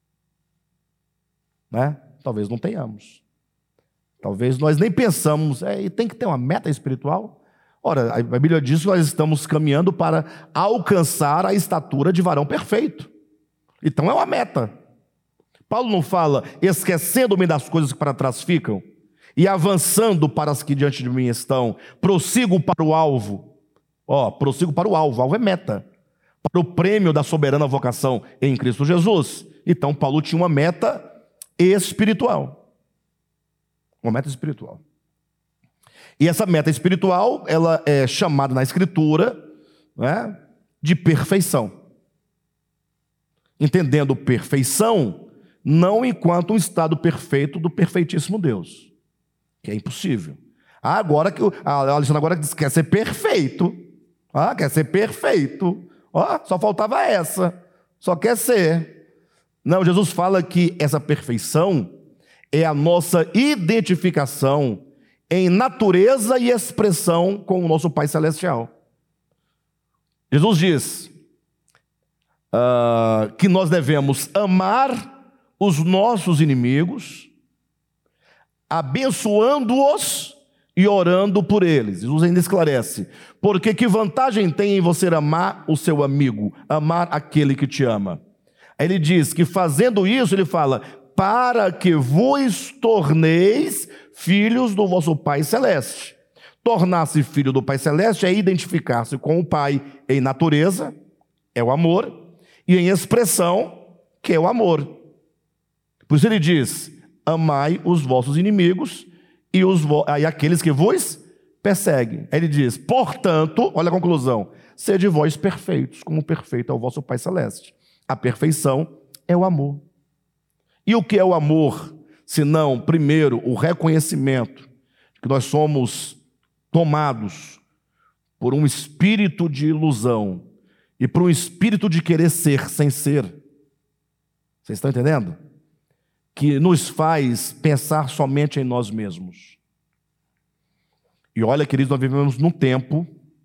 [SPEAKER 1] Né? Talvez não tenhamos. Talvez nós nem pensamos, e tem que ter uma meta espiritual? Ora, a Bíblia diz que nós estamos caminhando para alcançar a estatura de varão perfeito. Então é uma meta. Paulo não fala, esquecendo-me das coisas que para trás ficam. e avançando para as que diante de mim estão, prossigo para o alvo. Prossigo para o alvo é meta, para o prêmio da soberana vocação em Cristo Jesus. Então Paulo tinha uma meta espiritual. Uma meta espiritual. E essa meta espiritual, ela é chamada na Escritura, né, de perfeição. Entendendo perfeição, não enquanto um estado perfeito do perfeitíssimo Deus, que é impossível. Agora que a Alexandre agora quer ser perfeito. Quer ser perfeito. Só faltava essa. Só quer ser. Não, Jesus fala que essa perfeição é a nossa identificação em natureza e expressão com o nosso Pai Celestial. Jesus diz que nós devemos amar os nossos inimigos, abençoando-os e orando por eles. Jesus ainda esclarece: porque que vantagem tem em você amar o seu amigo, amar aquele que te ama? Aí ele diz que fazendo isso, ele fala, para que vos torneis filhos do vosso Pai Celeste. Tornar-se filho do Pai Celeste é identificar-se com o Pai em natureza, é o amor, e em expressão, que é o amor. Por isso ele diz, amai os vossos inimigos e aqueles que vos perseguem. Aí ele diz, portanto, olha a conclusão, sede vós perfeitos, como perfeito é o vosso Pai Celeste. A perfeição é o amor. E o que é o amor? Senão, primeiro, o reconhecimento de que nós somos tomados por um espírito de ilusão e por um espírito de querer ser sem ser. Vocês estão entendendo? Que nos faz pensar somente em nós mesmos. E olha, queridos, nós vivemos num tempo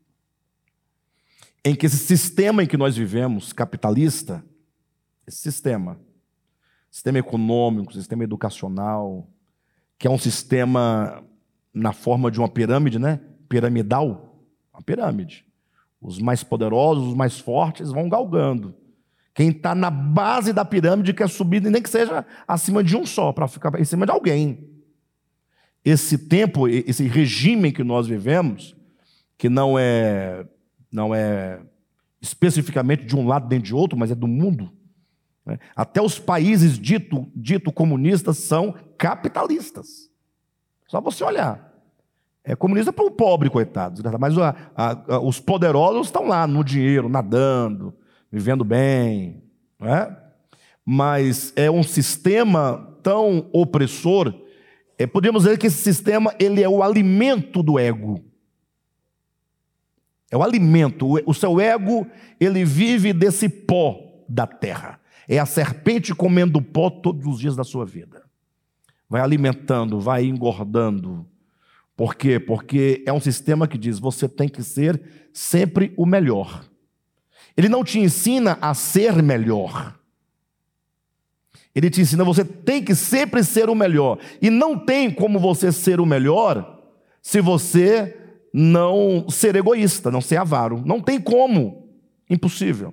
[SPEAKER 1] em que esse sistema em que nós vivemos, capitalista, esse sistema econômico, sistema educacional, que é um sistema na forma de uma pirâmide, né? Piramidal, uma pirâmide. Os mais poderosos, os mais fortes vão galgando. Quem está na base da pirâmide quer subir, nem que seja acima de um só, para ficar em cima de alguém. Esse tempo, esse regime que nós vivemos, que não é especificamente de um lado dentro de outro, mas é do mundo, né? Até os países dito comunistas são capitalistas. Só você olhar. É comunista para o pobre, coitado. Mas os poderosos estão lá no dinheiro, nadando, vivendo bem, não é? Mas é um sistema tão opressor, podemos dizer que esse sistema ele é o alimento do ego. É o alimento. O seu ego, ele vive desse pó da terra. É a serpente comendo pó todos os dias da sua vida. Vai alimentando, vai engordando. Por quê? Porque é um sistema que diz, você tem que ser sempre o melhor. Ele não te ensina a ser melhor. Ele te ensina, você tem que sempre ser o melhor. E não tem como você ser o melhor se você não ser egoísta, não ser avaro. Não tem como. Impossível.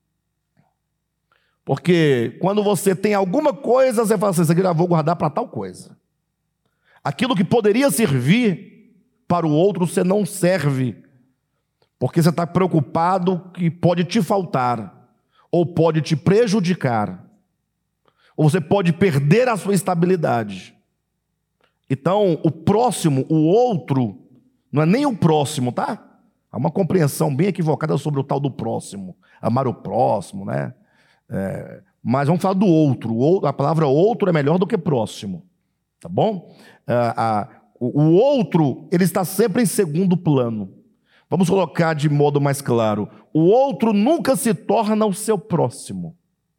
[SPEAKER 1] Porque quando você tem alguma coisa, você fala assim, isso aqui eu vou guardar para tal coisa. Aquilo que poderia servir para o outro, você não serve. Porque você está preocupado que pode te faltar, ou pode te prejudicar, ou você pode perder a sua estabilidade. Então, o próximo, o outro, não é nem o próximo, tá? Há uma compreensão bem equivocada sobre o tal do próximo. Amar o próximo, né? Mas vamos falar do outro. A palavra outro é melhor do que próximo. Tá bom? O outro, ele está sempre em segundo plano. Vamos colocar de modo mais claro. O outro nunca se torna o seu próximo.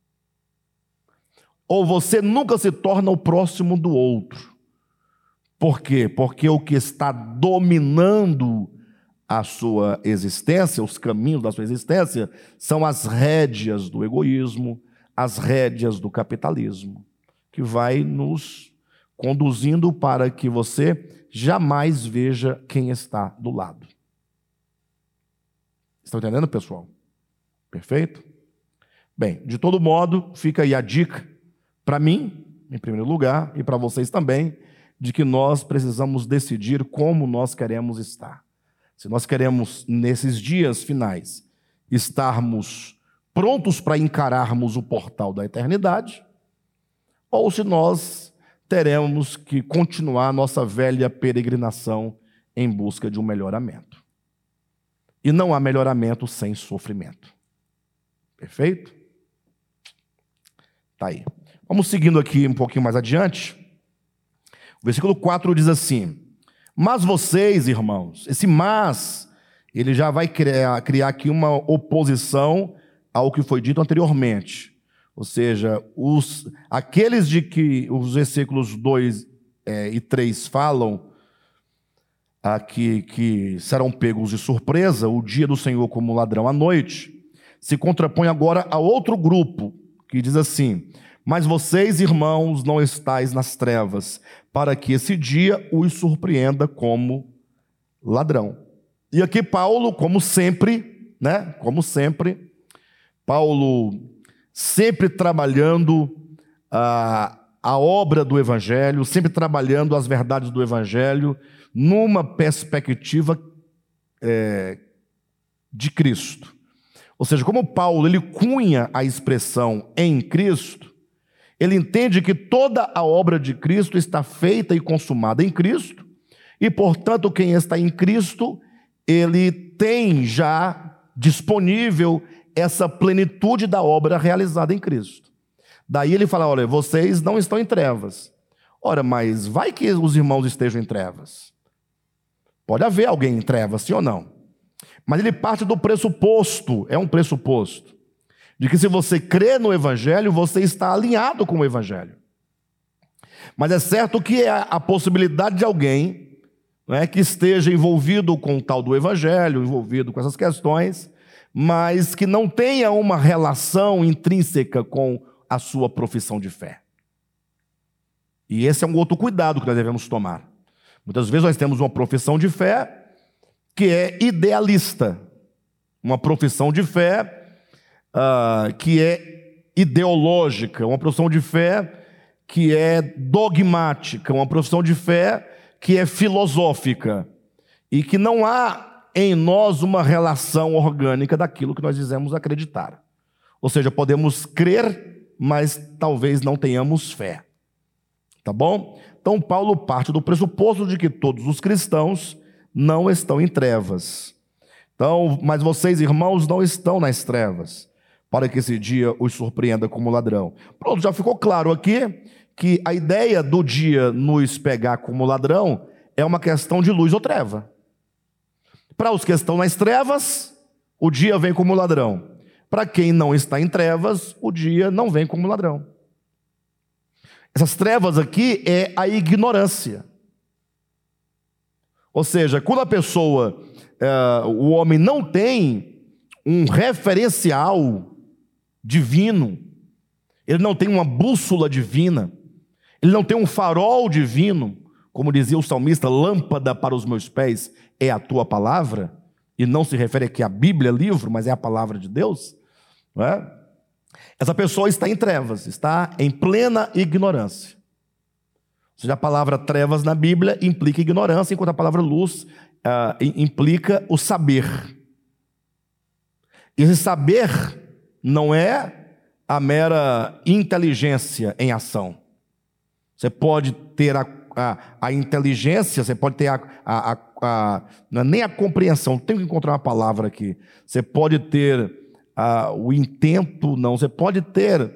[SPEAKER 1] Ou você nunca se torna o próximo do outro. Por quê? Porque o que está dominando a sua existência, os caminhos da sua existência, são as rédeas do egoísmo, as rédeas do capitalismo, que vai nos conduzindo para que você jamais veja quem está do lado. Estão entendendo, pessoal? Perfeito? Bem, de todo modo, fica aí a dica para mim, em primeiro lugar, e para vocês também, de que nós precisamos decidir como nós queremos estar. Se nós queremos, nesses dias finais, estarmos prontos para encararmos o portal da eternidade, ou se nós teremos que continuar nossa velha peregrinação em busca de um melhoramento. E não há melhoramento sem sofrimento. Perfeito? Tá aí. Vamos seguindo aqui um pouquinho mais adiante. O versículo 4 diz assim: mas vocês, irmãos, esse mas, ele já vai criar aqui uma oposição ao que foi dito anteriormente. Ou seja, aqueles de que os versículos 2 e 3 falam, aqui, que serão pegos de surpresa, o dia do Senhor como ladrão à noite, se contrapõe agora a outro grupo, que diz assim: mas vocês, irmãos, não estáis nas trevas, para que esse dia os surpreenda como ladrão. E aqui Paulo, como sempre, Paulo sempre trabalhando a obra do Evangelho, sempre trabalhando as verdades do Evangelho, numa perspectiva de Cristo. Ou seja, como Paulo ele cunha a expressão em Cristo, ele entende que toda a obra de Cristo está feita e consumada em Cristo, e, portanto, quem está em Cristo, ele tem já disponível essa plenitude da obra realizada em Cristo. Daí ele fala: olha, vocês não estão em trevas. Ora, mas vai que os irmãos estejam em trevas. Pode haver alguém em trevas, sim ou não? Mas ele parte do pressuposto, é um pressuposto, de que se você crê no Evangelho, você está alinhado com o Evangelho. Mas é certo que há a possibilidade de alguém, que esteja envolvido com o tal do Evangelho, envolvido com essas questões, mas que não tenha uma relação intrínseca com a sua profissão de fé. E esse é um outro cuidado que nós devemos tomar. Muitas vezes nós temos uma profissão de fé que é idealista, uma profissão de fé que é ideológica, uma profissão de fé que é dogmática, uma profissão de fé que é filosófica, e que não há em nós uma relação orgânica daquilo que nós dizemos acreditar. Ou seja, podemos crer, mas talvez não tenhamos fé. Tá bom? Então Paulo parte do pressuposto de que todos os cristãos não estão em trevas. Então, mas vocês, irmãos, não estão nas trevas, para que esse dia os surpreenda como ladrão. Pronto, já ficou claro aqui que a ideia do dia nos pegar como ladrão é uma questão de luz ou treva. Para os que estão nas trevas, o dia vem como ladrão. Para quem não está em trevas, o dia não vem como ladrão. Essas trevas aqui é a ignorância. Ou seja, quando a pessoa, o homem não tem um referencial divino, ele não tem uma bússola divina, ele não tem um farol divino, como dizia o salmista: lâmpada para os meus pés é a tua palavra, e não se refere aqui à Bíblia, livro, mas é a palavra de Deus, não é? Essa pessoa está em trevas, está em plena ignorância. Ou seja, a palavra trevas na Bíblia implica ignorância, enquanto a palavra luz implica o saber. E esse saber não é a mera inteligência em ação. Você pode ter a inteligência, você pode ter não é nem a compreensão, tenho que encontrar uma palavra aqui. Você pode ter o intento, não, você pode ter...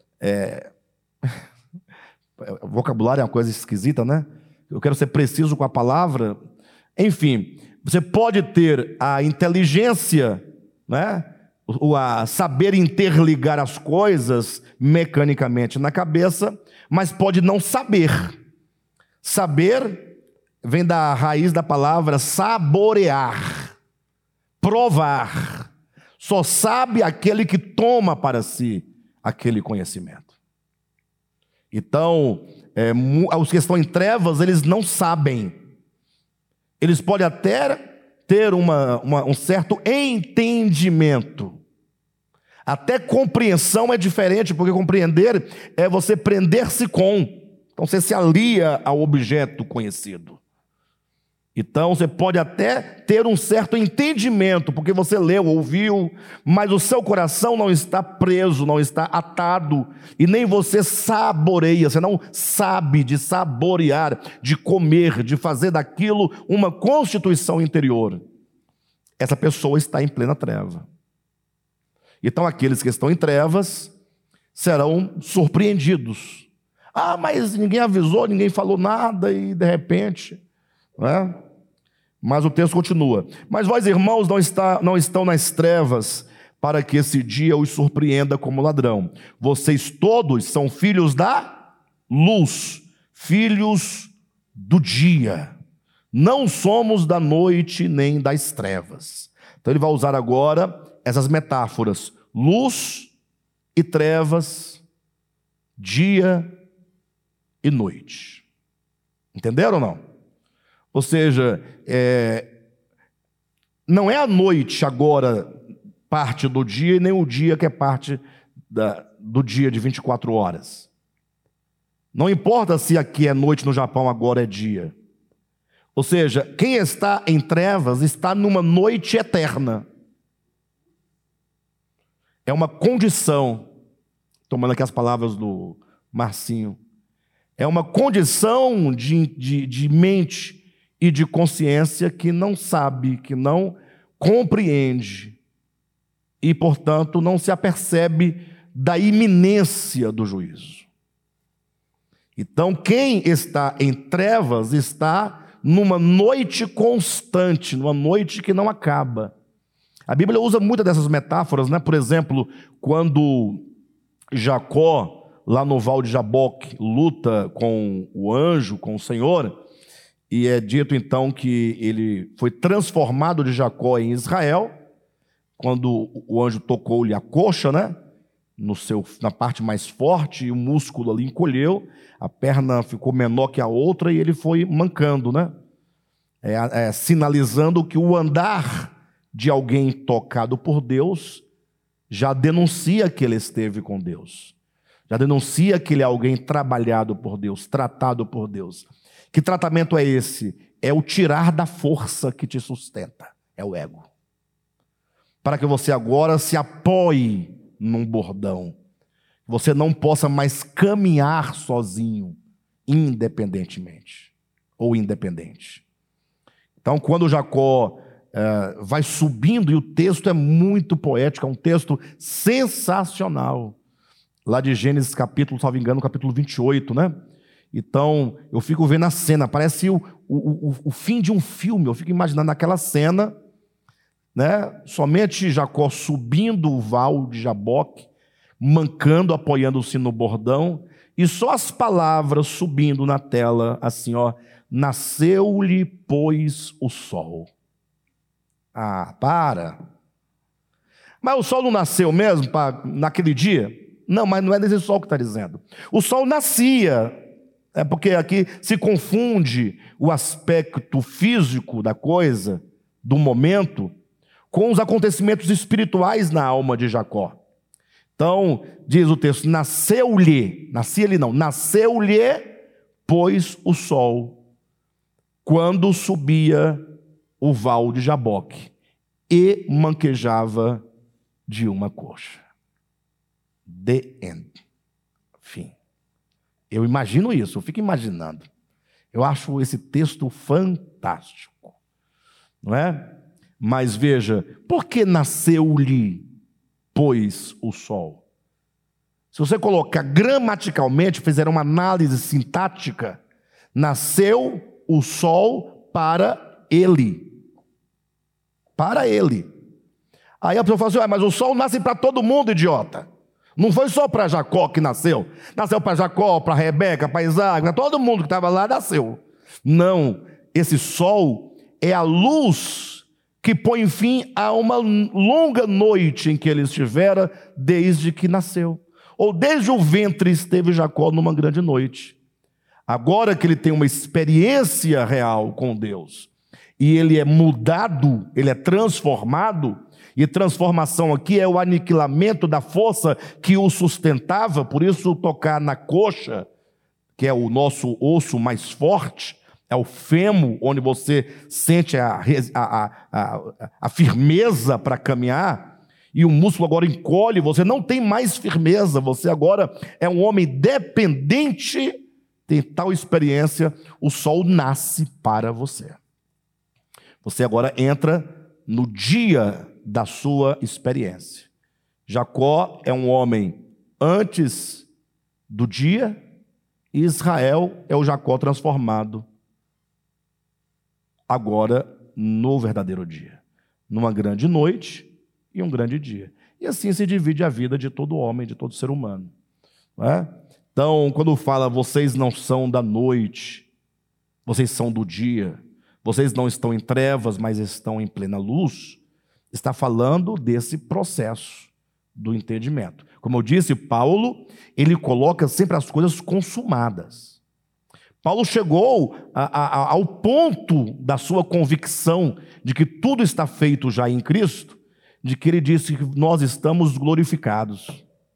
[SPEAKER 1] O vocabulário é uma coisa esquisita, né? Eu quero ser preciso com a palavra. Enfim, você pode ter a inteligência, né? A saber interligar as coisas mecanicamente na cabeça, mas pode não saber. Saber vem da raiz da palavra saborear, provar. Só sabe aquele que toma para si aquele conhecimento. Então, os que estão em trevas, eles não sabem. Eles podem até ter um certo entendimento. Até compreensão é diferente, porque compreender é você prender-se com. Então você se alia ao objeto conhecido. Então você pode até ter um certo entendimento, porque você leu, ouviu, mas o seu coração não está preso, não está atado, e nem você saboreia, você não sabe de saborear, de comer, de fazer daquilo uma constituição interior. Essa pessoa está em plena treva. Então aqueles que estão em trevas serão surpreendidos. Ah, mas ninguém avisou, ninguém falou nada, e de repente, não é? Mas o texto continua. Mas vós, irmãos, não estão nas trevas, para que esse dia os surpreenda como ladrão. Vocês todos são filhos da luz, filhos do dia. Não somos da noite nem das trevas. Então ele vai usar agora essas metáforas: luz e trevas, dia e noite. Entenderam ou não? Ou seja, não é a noite agora parte do dia, e nem o dia que é parte do dia de 24 horas. Não importa se aqui é noite no Japão, agora é dia. Ou seja, quem está em trevas está numa noite eterna. É uma condição, tomando aqui as palavras do Marcinho, é uma condição de mente e de consciência que não sabe, que não compreende e, portanto, não se apercebe da iminência do juízo. Então, quem está em trevas está numa noite constante, numa noite que não acaba. A Bíblia usa muitas dessas metáforas, né? Por exemplo, quando Jacó, lá no Val de Jaboque, luta com o anjo, com o Senhor, e é dito então que ele foi transformado de Jacó em Israel, quando o anjo tocou-lhe a coxa, né? Na parte mais forte, e o músculo ali encolheu, a perna ficou menor que a outra e ele foi mancando, né? Sinalizando que o andar de alguém tocado por Deus já denuncia que ele esteve com Deus, já denuncia que ele é alguém trabalhado por Deus, tratado por Deus. Que tratamento é esse? É o tirar da força que te sustenta, é o ego. Para que você agora se apoie num bordão, você não possa mais caminhar sozinho, independentemente, ou independente. Então, quando Jacó vai subindo, e o texto é muito poético, é um texto sensacional, lá de Gênesis capítulo, salvo engano, capítulo 28, né? Então, eu fico vendo a cena, parece o fim de um filme, eu fico imaginando aquela cena, né? Somente Jacó subindo o val de Jaboque, mancando, apoiando-se no bordão, e só as palavras subindo na tela, assim, ó: nasceu-lhe, pois, o sol. Ah, para! Mas o sol não nasceu mesmo naquele dia? Não, mas não é desse sol que está dizendo. O sol nascia. É porque aqui se confunde o aspecto físico da coisa, do momento, com os acontecimentos espirituais na alma de Jacó. Então, diz o texto: nasceu-lhe, pois, o sol, quando subia o val de Jaboque, e manquejava de uma coxa. The end. Fim. Eu imagino isso, eu fico imaginando. Eu acho esse texto fantástico, não é? Mas veja, por que nasceu-lhe, pois, o sol? Se você colocar gramaticalmente, fizer uma análise sintática, nasceu o sol para ele. Para ele. Aí a pessoa fala assim: mas o sol nasce para todo mundo, idiota. Não foi só para Jacó que nasceu. Nasceu para Jacó, para Rebeca, para Isaac, para todo mundo que estava lá nasceu. Não, esse sol é a luz que põe fim a uma longa noite em que ele estivera desde que nasceu. Ou desde o ventre esteve Jacó numa grande noite. Agora que ele tem uma experiência real com Deus, e ele é mudado, ele é transformado, e transformação aqui é o aniquilamento da força que o sustentava, por isso tocar na coxa que é o nosso osso mais forte, é o fêmur, onde você sente a firmeza para caminhar, e o músculo agora encolhe, você não tem mais firmeza, você agora é um homem dependente, tem tal experiência, o sol nasce para você. Você agora entra no dia da sua experiência. Jacó é um homem antes do dia, e Israel é o Jacó transformado agora no verdadeiro dia, numa grande noite e um grande dia. E assim se divide a vida de todo homem, de todo ser humano, não é? Então, quando fala, vocês não são da noite, vocês são do dia, vocês não estão em trevas, mas estão em plena luz, está falando desse processo do entendimento. Como eu disse, Paulo, ele coloca sempre as coisas consumadas. Paulo chegou ao ponto da sua convicção de que tudo está feito já em Cristo, de que ele disse que nós estamos glorificados.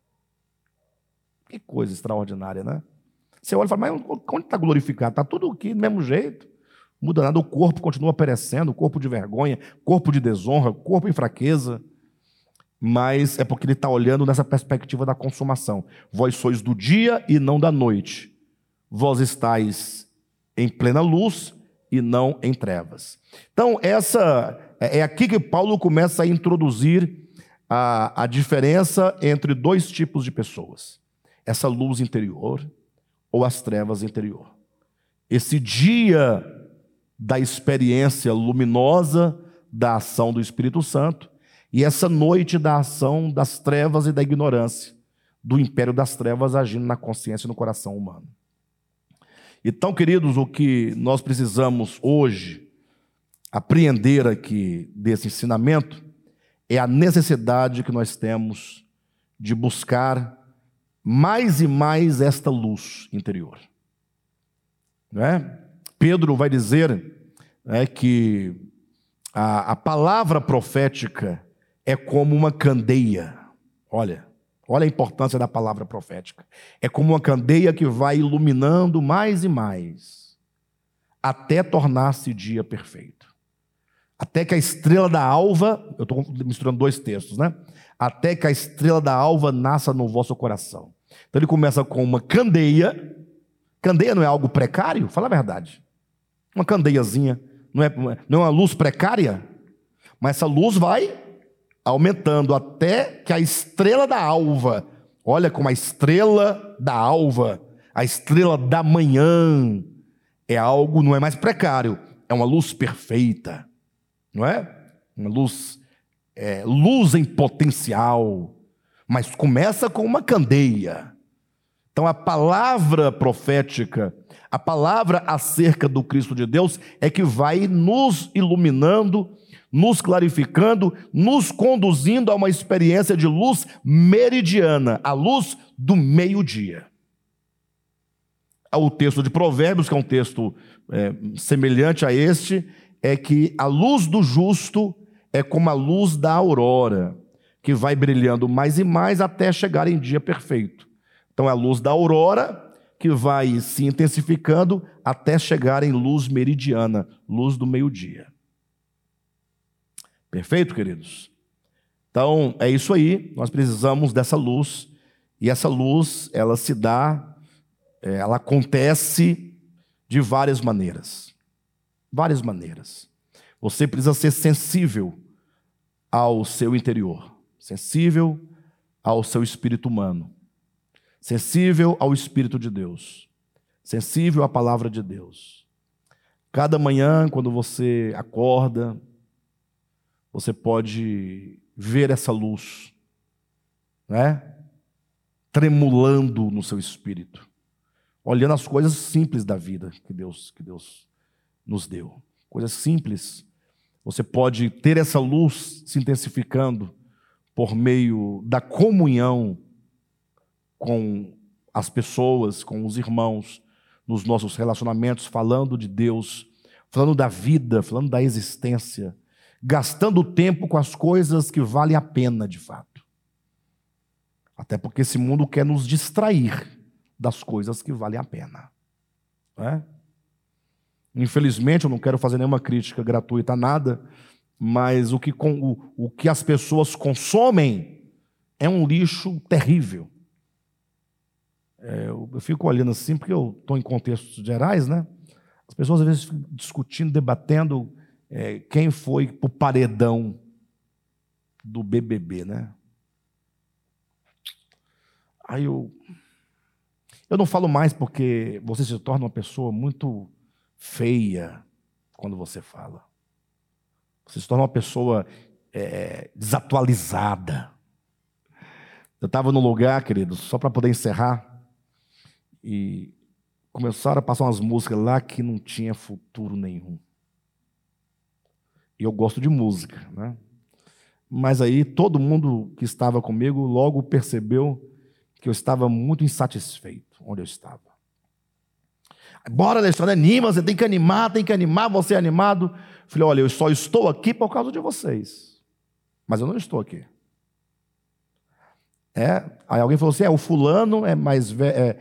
[SPEAKER 1] Que coisa extraordinária, né? Você olha e fala, mas onde está glorificado? Está tudo aqui do mesmo jeito. Não muda nada, o corpo continua perecendo, o corpo de vergonha, corpo de desonra, corpo em fraqueza. Mas é porque ele está olhando nessa perspectiva da consumação. Vós sois do dia e não da noite. Vós estáis em plena luz e não em trevas. Então, é aqui que Paulo começa a introduzir a diferença entre dois tipos de pessoas. Essa luz interior ou as trevas interior. Esse dia da experiência luminosa da ação do Espírito Santo e essa noite da ação das trevas e da ignorância, do império das trevas agindo na consciência e no coração humano. Então, queridos, o que nós precisamos hoje apreender aqui desse ensinamento é a necessidade que nós temos de buscar mais e mais esta luz interior. Não é? Pedro vai dizer que a palavra profética é como uma candeia. Olha a importância da palavra profética. É como uma candeia que vai iluminando mais e mais, até tornar-se dia perfeito. Até que a estrela da alva, eu estou misturando dois textos, né? Até que a estrela da alva nasça no vosso coração. Então ele começa com uma candeia. Candeia não é algo precário? Fala a verdade. Uma candeiazinha, não é uma luz precária? Mas essa luz vai aumentando até que a estrela da alva, olha como a estrela da alva, a estrela da manhã, é algo, não é mais precário, é uma luz perfeita, não é? Uma luz, luz em potencial, mas começa com uma candeia. Então a palavra profética, a palavra acerca do Cristo de Deus é que vai nos iluminando, nos clarificando, nos conduzindo a uma experiência de luz meridiana, a luz do meio-dia. O texto de Provérbios, que é um texto semelhante a este, é que a luz do justo é como a luz da aurora, que vai brilhando mais e mais até chegar em dia perfeito. Então é a luz da aurora que vai se intensificando até chegar em luz meridiana, luz do meio-dia. Perfeito, queridos? Então, é isso aí, nós precisamos dessa luz, e essa luz, ela se dá, ela acontece de várias maneiras. Várias maneiras. Você precisa ser sensível ao seu interior, sensível ao seu espírito humano, sensível ao Espírito de Deus, sensível à palavra de Deus. Cada manhã, quando você acorda, você pode ver essa luz, né? Tremulando no seu espírito, olhando as coisas simples da vida que Deus nos deu. Coisas simples. Você pode ter essa luz se intensificando por meio da comunhão com as pessoas, com os irmãos, nos nossos relacionamentos, falando de Deus, falando da vida, falando da existência, gastando tempo com as coisas que valem a pena de fato. Até porque esse mundo quer nos distrair das coisas que valem a pena. Não é? Infelizmente, eu não quero fazer nenhuma crítica gratuita a nada, mas o que as pessoas consomem é um lixo terrível. Eu fico olhando assim, porque eu estou em contextos gerais, né? As pessoas às vezes ficam discutindo, debatendo quem foi para o paredão do BBB, né? Aí eu não falo mais porque você se torna uma pessoa muito feia quando você fala. Você se torna uma pessoa desatualizada. Eu estava num lugar, queridos, só para poder encerrar, e começaram a passar umas músicas lá que não tinha futuro nenhum. E eu gosto de música, né? Mas aí todo mundo que estava comigo logo percebeu que eu estava muito insatisfeito onde eu estava. Bora, Alexandre, anima, você tem que animar, você é animado. Eu falei, olha, eu só estou aqui por causa de vocês. Mas eu não estou aqui. Aí alguém falou assim, o fulano é mais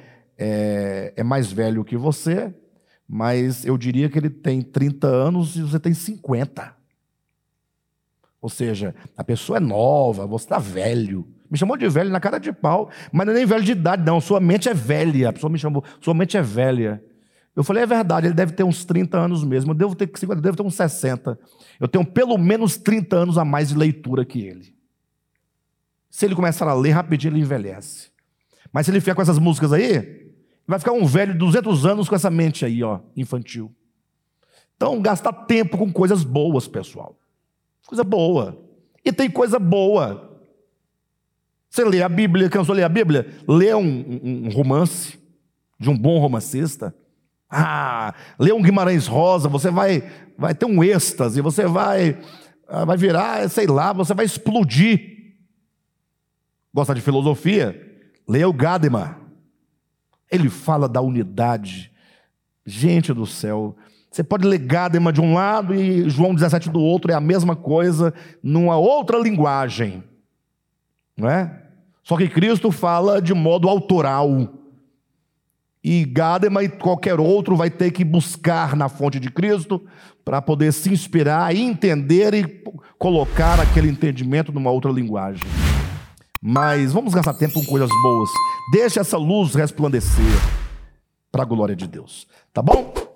[SPEAKER 1] velho que você, mas eu diria que ele tem 30 anos e você tem 50. Ou seja, a pessoa é nova, você está velho. Me chamou de velho na cara de pau, mas não é nem velho de idade, não. Sua mente é velha. A pessoa me chamou, sua mente é velha. Eu falei, é verdade, ele deve ter uns 30 anos mesmo. Eu devo ter 50, eu devo ter uns 60. Eu tenho pelo menos 30 anos a mais de leitura que ele. Se ele começar a ler, rapidinho ele envelhece. Mas se ele ficar com essas músicas aí, vai ficar um velho de 200 anos com essa mente aí, infantil. Então, gastar tempo com coisas boas, pessoal. Coisa boa. E tem coisa boa. Você lê a Bíblia, cansou de ler a Bíblia? Lê um romance de um bom romancista. Lê um Guimarães Rosa, você vai ter um êxtase, você vai virar, sei lá, você vai explodir. Gosta de filosofia? Leia o Gadamer. Ele fala da unidade. Gente do céu, você pode ler Gadamer de um lado e João 17 do outro, é a mesma coisa, numa outra linguagem. Não é? Só que Cristo fala de modo autoral. E Gadamer e qualquer outro vai ter que buscar na fonte de Cristo para poder se inspirar, entender e colocar aquele entendimento numa outra linguagem. Mas vamos gastar tempo com coisas boas. Deixa essa luz resplandecer para a glória de Deus. Tá bom?